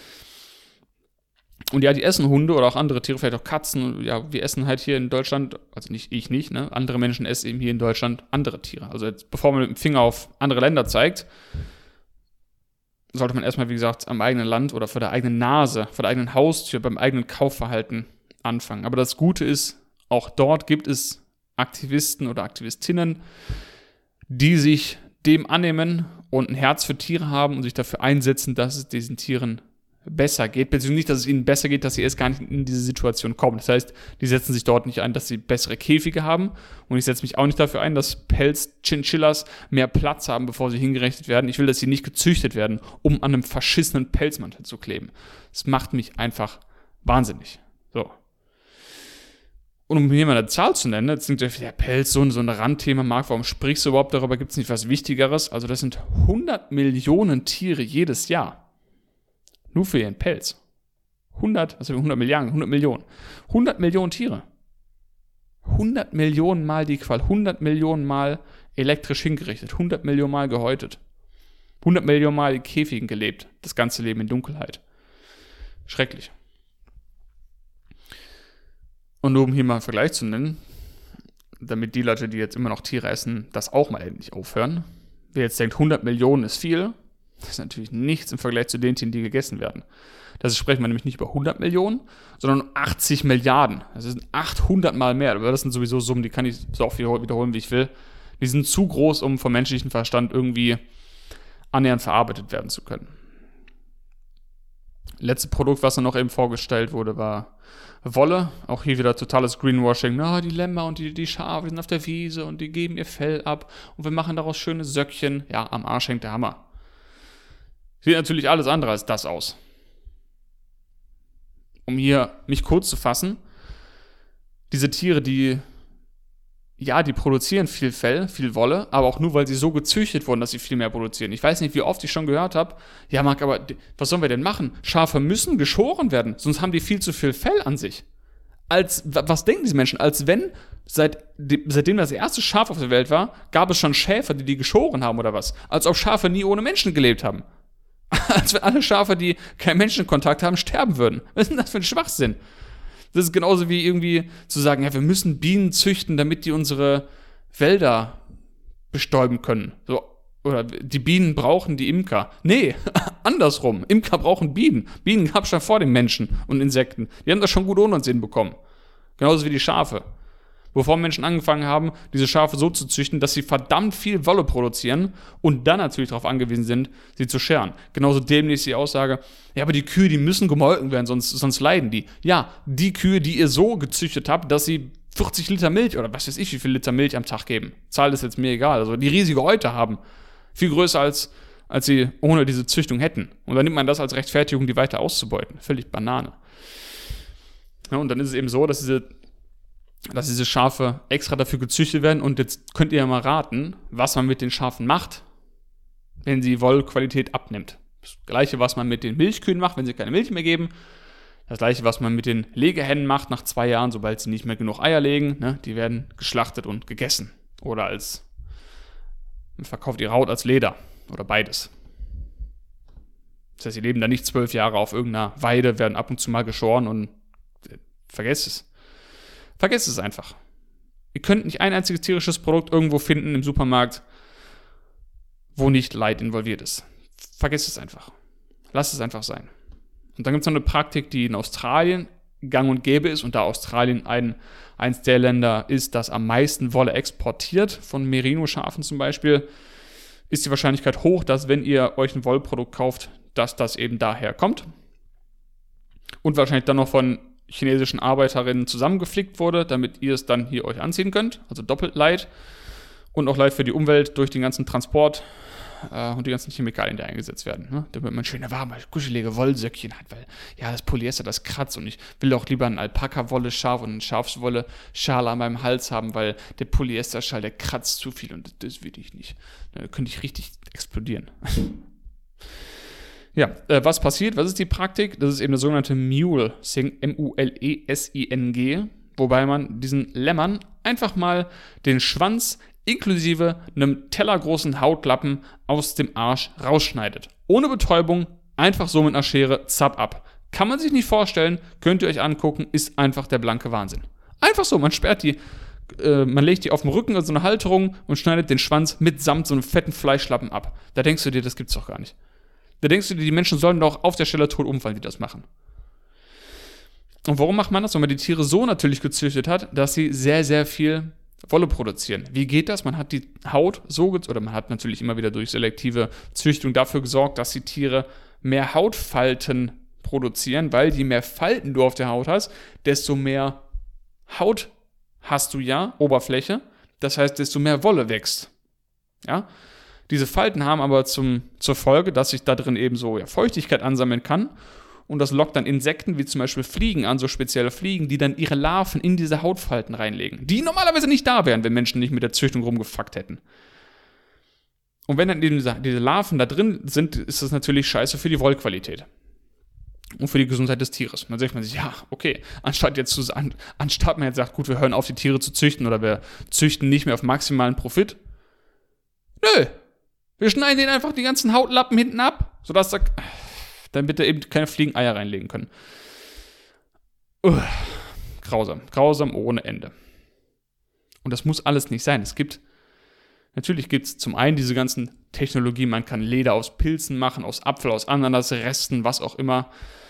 A: Und ja, die essen Hunde oder auch andere Tiere, vielleicht auch Katzen. Ja, wir essen halt hier in Deutschland, also nicht ich nicht, ne? Andere Menschen essen eben hier in Deutschland andere Tiere. Also jetzt, bevor man mit dem Finger auf andere Länder zeigt, sollte man erstmal, wie gesagt, am eigenen Land oder vor der eigenen Nase, vor der eigenen Haustür, beim eigenen Kaufverhalten anfangen. Aber das Gute ist, auch dort gibt es Aktivisten oder Aktivistinnen, die sich dem annehmen und ein Herz für Tiere haben und sich dafür einsetzen, dass es diesen Tieren besser geht, beziehungsweise nicht, dass es ihnen besser geht, dass sie erst gar nicht in diese Situation kommen. Das heißt, die setzen sich dort nicht ein, dass sie bessere Käfige haben, und ich setze mich auch nicht dafür ein, dass Pelz-Chinchillas mehr Platz haben, bevor sie hingerichtet werden. Ich will, dass sie nicht gezüchtet werden, um an einem verschissenen Pelzmantel zu kleben. Das macht mich einfach wahnsinnig. So. Und um hier mal eine Zahl zu nennen, jetzt denkt ihr, der Pelz so ein Randthema, Marc, warum sprichst du überhaupt darüber, gibt es nicht was Wichtigeres? Also das sind 100 Millionen Tiere jedes Jahr. Nur für ihren Pelz. 100 Milliarden, 100 Millionen. 100 Millionen Tiere. 100 Millionen Mal die Qual, 100 Millionen Mal elektrisch hingerichtet, 100 Millionen Mal gehäutet, 100 Millionen Mal in Käfigen gelebt, das ganze Leben in Dunkelheit. Schrecklich. Und nur um hier mal einen Vergleich zu nennen, damit die Leute, die jetzt immer noch Tiere essen, das auch mal endlich aufhören. Wer jetzt denkt, 100 Millionen ist viel, das ist natürlich nichts im Vergleich zu den Tieren, die gegessen werden. Das sprechen wir nämlich nicht über 100 Millionen, sondern um 80 Milliarden. Das sind 800 Mal mehr. Aber das sind sowieso Summen, die kann ich so oft wiederholen, wie ich will. Die sind zu groß, um vom menschlichen Verstand irgendwie annähernd verarbeitet werden zu können. Letzte Produkt, was dann noch eben vorgestellt wurde, war Wolle. Auch hier wieder totales Greenwashing. Die Lämmer und die Schafe sind auf der Wiese und die geben ihr Fell ab und wir machen daraus schöne Söckchen. Ja, am Arsch hängt der Hammer. Sieht natürlich alles andere als das aus. Um hier mich kurz zu fassen, diese Tiere, die produzieren viel Fell, viel Wolle, aber auch nur, weil sie so gezüchtet wurden, dass sie viel mehr produzieren. Ich weiß nicht, wie oft ich schon gehört habe, ja Marc, aber was sollen wir denn machen? Schafe müssen geschoren werden, sonst haben die viel zu viel Fell an sich. Was denken diese Menschen? Als wenn, seitdem das erste Schaf auf der Welt war, gab es schon Schäfer, die geschoren haben oder was? Als ob Schafe nie ohne Menschen gelebt haben. Als wenn alle Schafe, die keinen Menschenkontakt haben, sterben würden. Was ist denn das für ein Schwachsinn? Das ist genauso wie irgendwie zu sagen, ja, wir müssen Bienen züchten, damit die unsere Wälder bestäuben können. So, oder die Bienen brauchen die Imker. Nee, andersrum. Imker brauchen Bienen. Bienen gab es schon vor den Menschen und Insekten. Die haben das schon gut ohne uns hinbekommen. Genauso wie die Schafe. Bevor Menschen angefangen haben, diese Schafe so zu züchten, dass sie verdammt viel Wolle produzieren und dann natürlich darauf angewiesen sind, sie zu scheren. Genauso dämlich ist die Aussage, ja, aber die Kühe, die müssen gemolken werden, sonst leiden die. Ja, die Kühe, die ihr so gezüchtet habt, dass sie 40 Liter Milch oder was weiß ich, wie viel Liter Milch am Tag geben. Zahl ist jetzt mir egal. Also die riesige Häute haben. Viel größer als sie ohne diese Züchtung hätten. Und dann nimmt man das als Rechtfertigung, die weiter auszubeuten. Völlig Banane. Ja, und dann ist es eben so, dass diese Schafe extra dafür gezüchtet werden. Und jetzt könnt ihr ja mal raten, was man mit den Schafen macht, wenn sie Wollqualität abnimmt. Das Gleiche, was man mit den Milchkühen macht, wenn sie keine Milch mehr geben. Das Gleiche, was man mit den Legehennen macht nach 2 Jahren, sobald sie nicht mehr genug Eier legen. Ne? Die werden geschlachtet und gegessen. Oder man verkauft ihre Haut als Leder. Oder beides. Das heißt, sie leben da nicht 12 Jahre auf irgendeiner Weide, werden ab und zu mal geschoren und vergesst es. Vergesst es einfach. Ihr könnt nicht ein einziges tierisches Produkt irgendwo finden im Supermarkt, wo nicht Leid involviert ist. Vergesst es einfach. Lasst es einfach sein. Und dann gibt es noch eine Praktik, die in Australien gang und gäbe ist, und da Australien eins der Länder ist, das am meisten Wolle exportiert, von Merino-Schafen zum Beispiel, ist die Wahrscheinlichkeit hoch, dass wenn ihr euch ein Wollprodukt kauft, dass das eben daher kommt. und wahrscheinlich dann noch von chinesischen Arbeiterinnen zusammengeflickt wurde, damit ihr es dann hier euch anziehen könnt. Also doppelt Leid und auch Leid für die Umwelt durch den ganzen Transport und die ganzen Chemikalien, die eingesetzt werden. Ne? Damit man schöne, warme, kuschelige Wollsöckchen hat, weil ja, das Polyester, das kratzt und ich will auch lieber einen Alpaka-Wolle-Schaf und einen Schafswolle-Schal an meinem Hals haben, weil der Polyester-Schal, der kratzt zu viel und das will ich nicht. Da könnte ich richtig explodieren. Ja, was passiert? Was ist die Praktik? Das ist eben der sogenannte Mulesing, M-U-L-E-S-I-N-G, wobei man diesen Lämmern einfach mal den Schwanz inklusive einem tellergroßen Hautlappen aus dem Arsch rausschneidet. Ohne Betäubung, einfach so mit einer Schere, zapp ab. Kann man sich nicht vorstellen, könnt ihr euch angucken, ist einfach der blanke Wahnsinn. Einfach so, man sperrt die, man legt die auf den Rücken in so eine Halterung und schneidet den Schwanz mitsamt so einem fetten Fleischlappen ab. Da denkst du dir, das gibt's doch gar nicht. Da denkst du dir, die Menschen sollen doch auf der Stelle tot umfallen, die das machen. Und warum macht man das? Weil man die Tiere so natürlich gezüchtet hat, dass sie sehr, sehr viel Wolle produzieren. Wie geht das? Man hat die Haut so oder man hat natürlich immer wieder durch selektive Züchtung dafür gesorgt, dass die Tiere mehr Hautfalten produzieren, weil je mehr Falten du auf der Haut hast, desto mehr Haut hast du ja, Oberfläche. Das heißt, desto mehr Wolle wächst. Ja? Diese Falten haben aber zur Folge, dass sich da drin eben so Feuchtigkeit ansammeln kann und das lockt dann Insekten wie zum Beispiel Fliegen an, so spezielle Fliegen, die dann ihre Larven in diese Hautfalten reinlegen, die normalerweise nicht da wären, wenn Menschen nicht mit der Züchtung rumgefuckt hätten. Und wenn dann diese Larven da drin sind, ist das natürlich scheiße für die Wollqualität und für die Gesundheit des Tieres. Dann sagt man sich, ja, okay, anstatt man jetzt sagt, gut, wir hören auf, die Tiere zu züchten oder wir züchten nicht mehr auf maximalen Profit. Nö. Wir schneiden denen einfach die ganzen Hautlappen hinten ab, sodass dann bitte eben keine Fliegen Eier reinlegen können. Grausam ohne Ende. Und das muss alles nicht sein. Natürlich gibt es zum einen diese ganzen Technologien, man kann Leder aus Pilzen machen, aus Apfel, aus Ananas, Resten, was auch immer.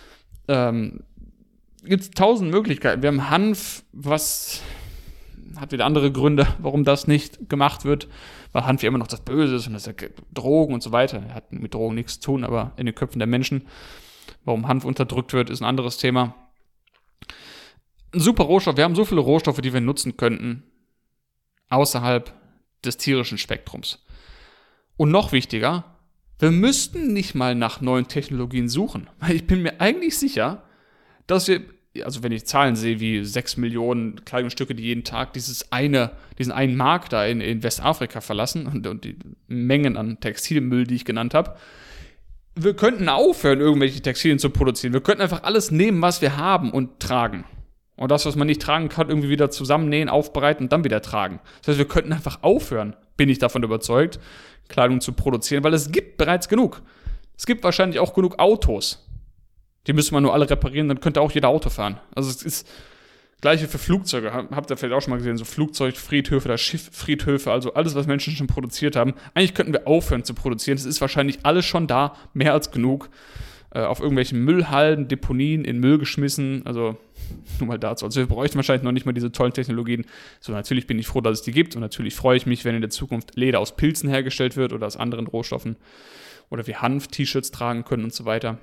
A: Gibt es 1000 Möglichkeiten. Wir haben Hanf, was hat wieder andere Gründe, warum das nicht gemacht wird, weil Hanf ja immer noch das Böse ist und das ist ja Drogen und so weiter. Hat mit Drogen nichts zu tun, aber in den Köpfen der Menschen, warum Hanf unterdrückt wird, ist ein anderes Thema. Ein super Rohstoff, wir haben so viele Rohstoffe, die wir nutzen könnten, außerhalb des tierischen Spektrums. Und noch wichtiger, wir müssten nicht mal nach neuen Technologien suchen, weil ich bin mir eigentlich sicher, dass wir, also wenn ich Zahlen sehe wie 6 Millionen Kleidungsstücke, die jeden Tag diesen einen Markt da in Westafrika verlassen und die Mengen an Textilmüll, die ich genannt habe, wir könnten aufhören, irgendwelche Textilien zu produzieren. Wir könnten einfach alles nehmen, was wir haben und tragen. Und das, was man nicht tragen kann, irgendwie wieder zusammennähen, aufbereiten und dann wieder tragen. Das heißt, wir könnten einfach aufhören, bin ich davon überzeugt, Kleidung zu produzieren, weil es gibt bereits genug. Es gibt wahrscheinlich auch genug Autos. Die müssen wir nur alle reparieren, dann könnte auch jeder Auto fahren. Also es ist das Gleiche für Flugzeuge. Habt ihr vielleicht auch schon mal gesehen, so Flugzeugfriedhöfe oder Schifffriedhöfe, also alles, was Menschen schon produziert haben. Eigentlich könnten wir aufhören zu produzieren. Es ist wahrscheinlich alles schon da, mehr als genug. Auf irgendwelchen Müllhalden, Deponien, in Müll geschmissen. Also nur mal dazu. Also wir bräuchten wahrscheinlich noch nicht mal diese tollen Technologien. So, natürlich bin ich froh, dass es die gibt und natürlich freue ich mich, wenn in der Zukunft Leder aus Pilzen hergestellt wird oder aus anderen Rohstoffen oder wir Hanf-T-Shirts tragen können und so weiter.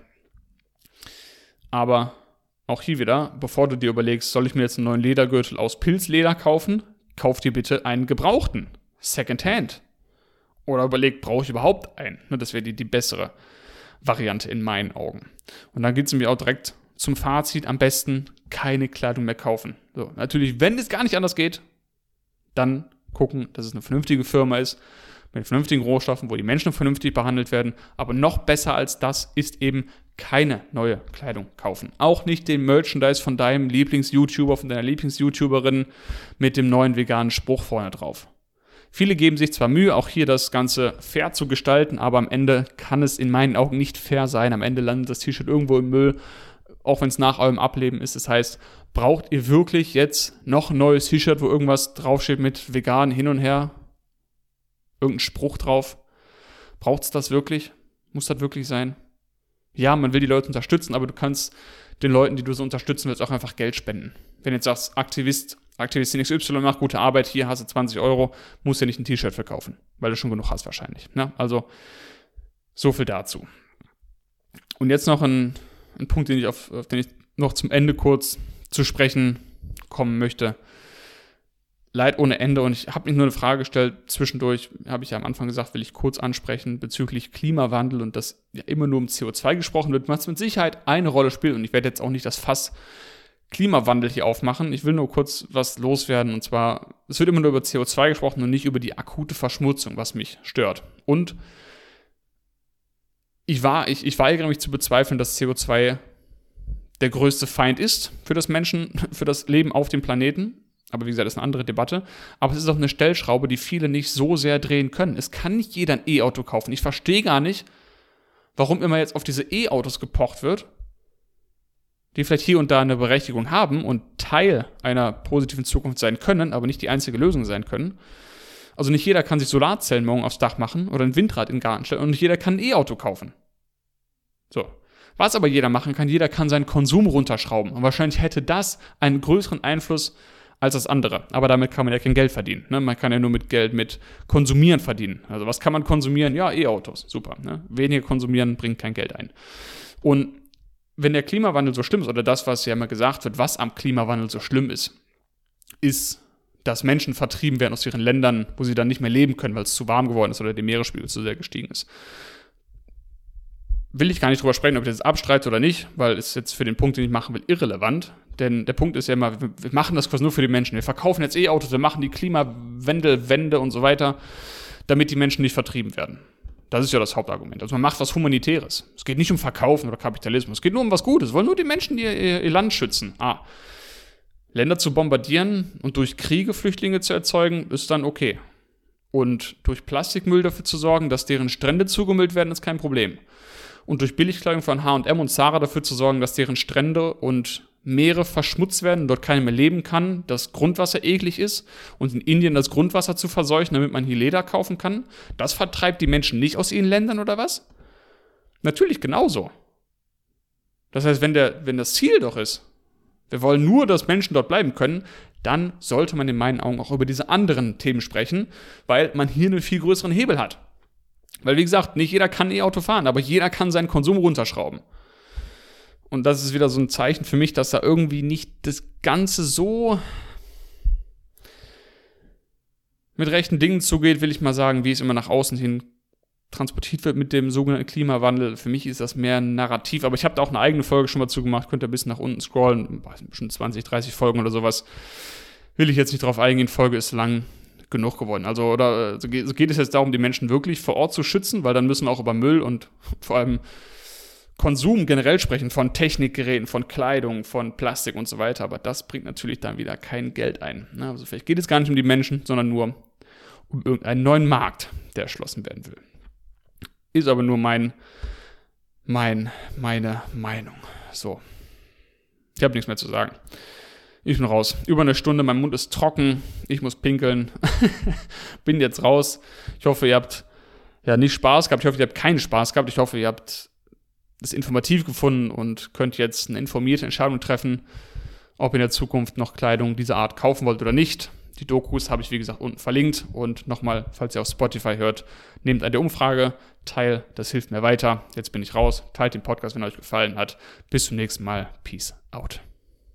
A: Aber auch hier wieder, bevor du dir überlegst, soll ich mir jetzt einen neuen Ledergürtel aus Pilzleder kaufen, kauf dir bitte einen gebrauchten, Secondhand. Oder überleg, brauche ich überhaupt einen? Das wäre die bessere Variante in meinen Augen. Und dann geht es mir auch direkt zum Fazit, am besten keine Kleidung mehr kaufen. So, natürlich, wenn es gar nicht anders geht, dann gucken, dass es eine vernünftige Firma ist, mit vernünftigen Rohstoffen, wo die Menschen vernünftig behandelt werden. Aber noch besser als das ist eben keine neue Kleidung kaufen. Auch nicht den Merchandise von deinem Lieblings-YouTuber, von deiner Lieblings-YouTuberin mit dem neuen veganen Spruch vorne drauf. Viele geben sich zwar Mühe, auch hier das Ganze fair zu gestalten, aber am Ende kann es in meinen Augen nicht fair sein. Am Ende landet das T-Shirt irgendwo im Müll, auch wenn es nach eurem Ableben ist. Das heißt, braucht ihr wirklich jetzt noch ein neues T-Shirt, wo irgendwas draufsteht mit vegan hin und her? Irgendein Spruch drauf? Braucht es das wirklich? Muss das wirklich sein? Ja, man will die Leute unterstützen, aber du kannst den Leuten, die du so unterstützen willst, auch einfach Geld spenden. Wenn du jetzt sagst, Aktivistin XY macht gute Arbeit, hier hast du 20 €, musst du ja nicht ein T-Shirt verkaufen, weil du schon genug hast wahrscheinlich. Ne? Also, so viel dazu. Und jetzt noch ein Punkt, auf den ich noch zum Ende kurz zu sprechen kommen möchte. Leid ohne Ende, und ich habe nicht nur eine Frage gestellt, zwischendurch habe ich ja am Anfang gesagt, will ich kurz ansprechen bezüglich Klimawandel und dass ja immer nur um CO2 gesprochen wird, was mit Sicherheit eine Rolle spielt, und ich werde jetzt auch nicht das Fass Klimawandel hier aufmachen. Ich will nur kurz was loswerden, und zwar, es wird immer nur über CO2 gesprochen und nicht über die akute Verschmutzung, was mich stört. Und ich weigere mich zu bezweifeln, dass CO2 der größte Feind ist für das Leben auf dem Planeten. Aber wie gesagt, das ist eine andere Debatte. Aber es ist auch eine Stellschraube, die viele nicht so sehr drehen können. Es kann nicht jeder ein E-Auto kaufen. Ich verstehe gar nicht, warum immer jetzt auf diese E-Autos gepocht wird, die vielleicht hier und da eine Berechtigung haben und Teil einer positiven Zukunft sein können, aber nicht die einzige Lösung sein können. Also nicht jeder kann sich Solarzellen morgen aufs Dach machen oder ein Windrad in den Garten stellen, und nicht jeder kann ein E-Auto kaufen. So. Was aber jeder machen kann, jeder kann seinen Konsum runterschrauben. Und wahrscheinlich hätte das einen größeren Einfluss als das andere. Aber damit kann man ja kein Geld verdienen. Ne? Man kann ja nur mit Geld mit Konsumieren verdienen. Also was kann man konsumieren? Ja, E-Autos. Super. Ne? Weniger konsumieren bringt kein Geld ein. Und wenn der Klimawandel so schlimm ist, oder das, was ja immer gesagt wird, was am Klimawandel so schlimm ist, dass Menschen vertrieben werden aus ihren Ländern, wo sie dann nicht mehr leben können, weil es zu warm geworden ist oder der Meeresspiegel zu sehr gestiegen ist. Will ich gar nicht drüber sprechen, ob ich das abstreite oder nicht, weil es jetzt für den Punkt, den ich machen will, irrelevant. Denn der Punkt ist ja immer, wir machen das quasi nur für die Menschen. Wir verkaufen jetzt E-Autos, wir machen die Klimawende und so weiter, damit die Menschen nicht vertrieben werden. Das ist ja das Hauptargument. Also man macht was Humanitäres. Es geht nicht um Verkaufen oder Kapitalismus. Es geht nur um was Gutes. Es wollen nur die Menschen ihr Land schützen. Länder zu bombardieren und durch Kriege Flüchtlinge zu erzeugen, ist dann okay. Und durch Plastikmüll dafür zu sorgen, dass deren Strände zugemüllt werden, ist kein Problem. Und durch Billigkleidung von H&M und Zara dafür zu sorgen, dass deren Strände und Meere verschmutzt werden, dort keiner mehr leben kann, das Grundwasser eklig ist, und in Indien das Grundwasser zu verseuchen, damit man hier Leder kaufen kann, das vertreibt die Menschen nicht aus ihren Ländern, oder was? Natürlich genauso. Das heißt, wenn das Ziel doch ist, wir wollen nur, dass Menschen dort bleiben können, dann sollte man in meinen Augen auch über diese anderen Themen sprechen, weil man hier einen viel größeren Hebel hat. Weil, wie gesagt, nicht jeder kann E-Auto fahren, aber jeder kann seinen Konsum runterschrauben. Und das ist wieder so ein Zeichen für mich, dass da irgendwie nicht das Ganze so mit rechten Dingen zugeht, will ich mal sagen, wie es immer nach außen hin transportiert wird mit dem sogenannten Klimawandel. Für mich ist das mehr ein Narrativ, aber ich habe da auch eine eigene Folge schon mal zugemacht, könnt ihr ein bisschen nach unten scrollen, bestimmt 20, 30 Folgen oder sowas. Will ich jetzt nicht drauf eingehen, Folge ist lang genug geworden. Also geht es jetzt darum, die Menschen wirklich vor Ort zu schützen, weil dann müssen wir auch über Müll und vor allem Konsum generell sprechen, von Technikgeräten, von Kleidung, von Plastik und so weiter. Aber das bringt natürlich dann wieder kein Geld ein. Also vielleicht geht es gar nicht um die Menschen, sondern nur um irgendeinen neuen Markt, der erschlossen werden will. Ist aber nur meine Meinung. So. Ich habe nichts mehr zu sagen. Ich bin raus. Über eine Stunde, mein Mund ist trocken, ich muss pinkeln. Bin jetzt raus. Ich hoffe, ihr habt nicht Spaß gehabt. Ich hoffe, ihr habt keinen Spaß gehabt. Ich hoffe, ihr habt es informativ gefunden und könnt jetzt eine informierte Entscheidung treffen, ob ihr in der Zukunft noch Kleidung dieser Art kaufen wollt oder nicht. Die Dokus habe ich, wie gesagt, unten verlinkt. Und nochmal, falls ihr auf Spotify hört, nehmt an der Umfrage teil. Das hilft mir weiter. Jetzt bin ich raus. Teilt den Podcast, wenn er euch gefallen hat. Bis zum nächsten Mal. Peace out.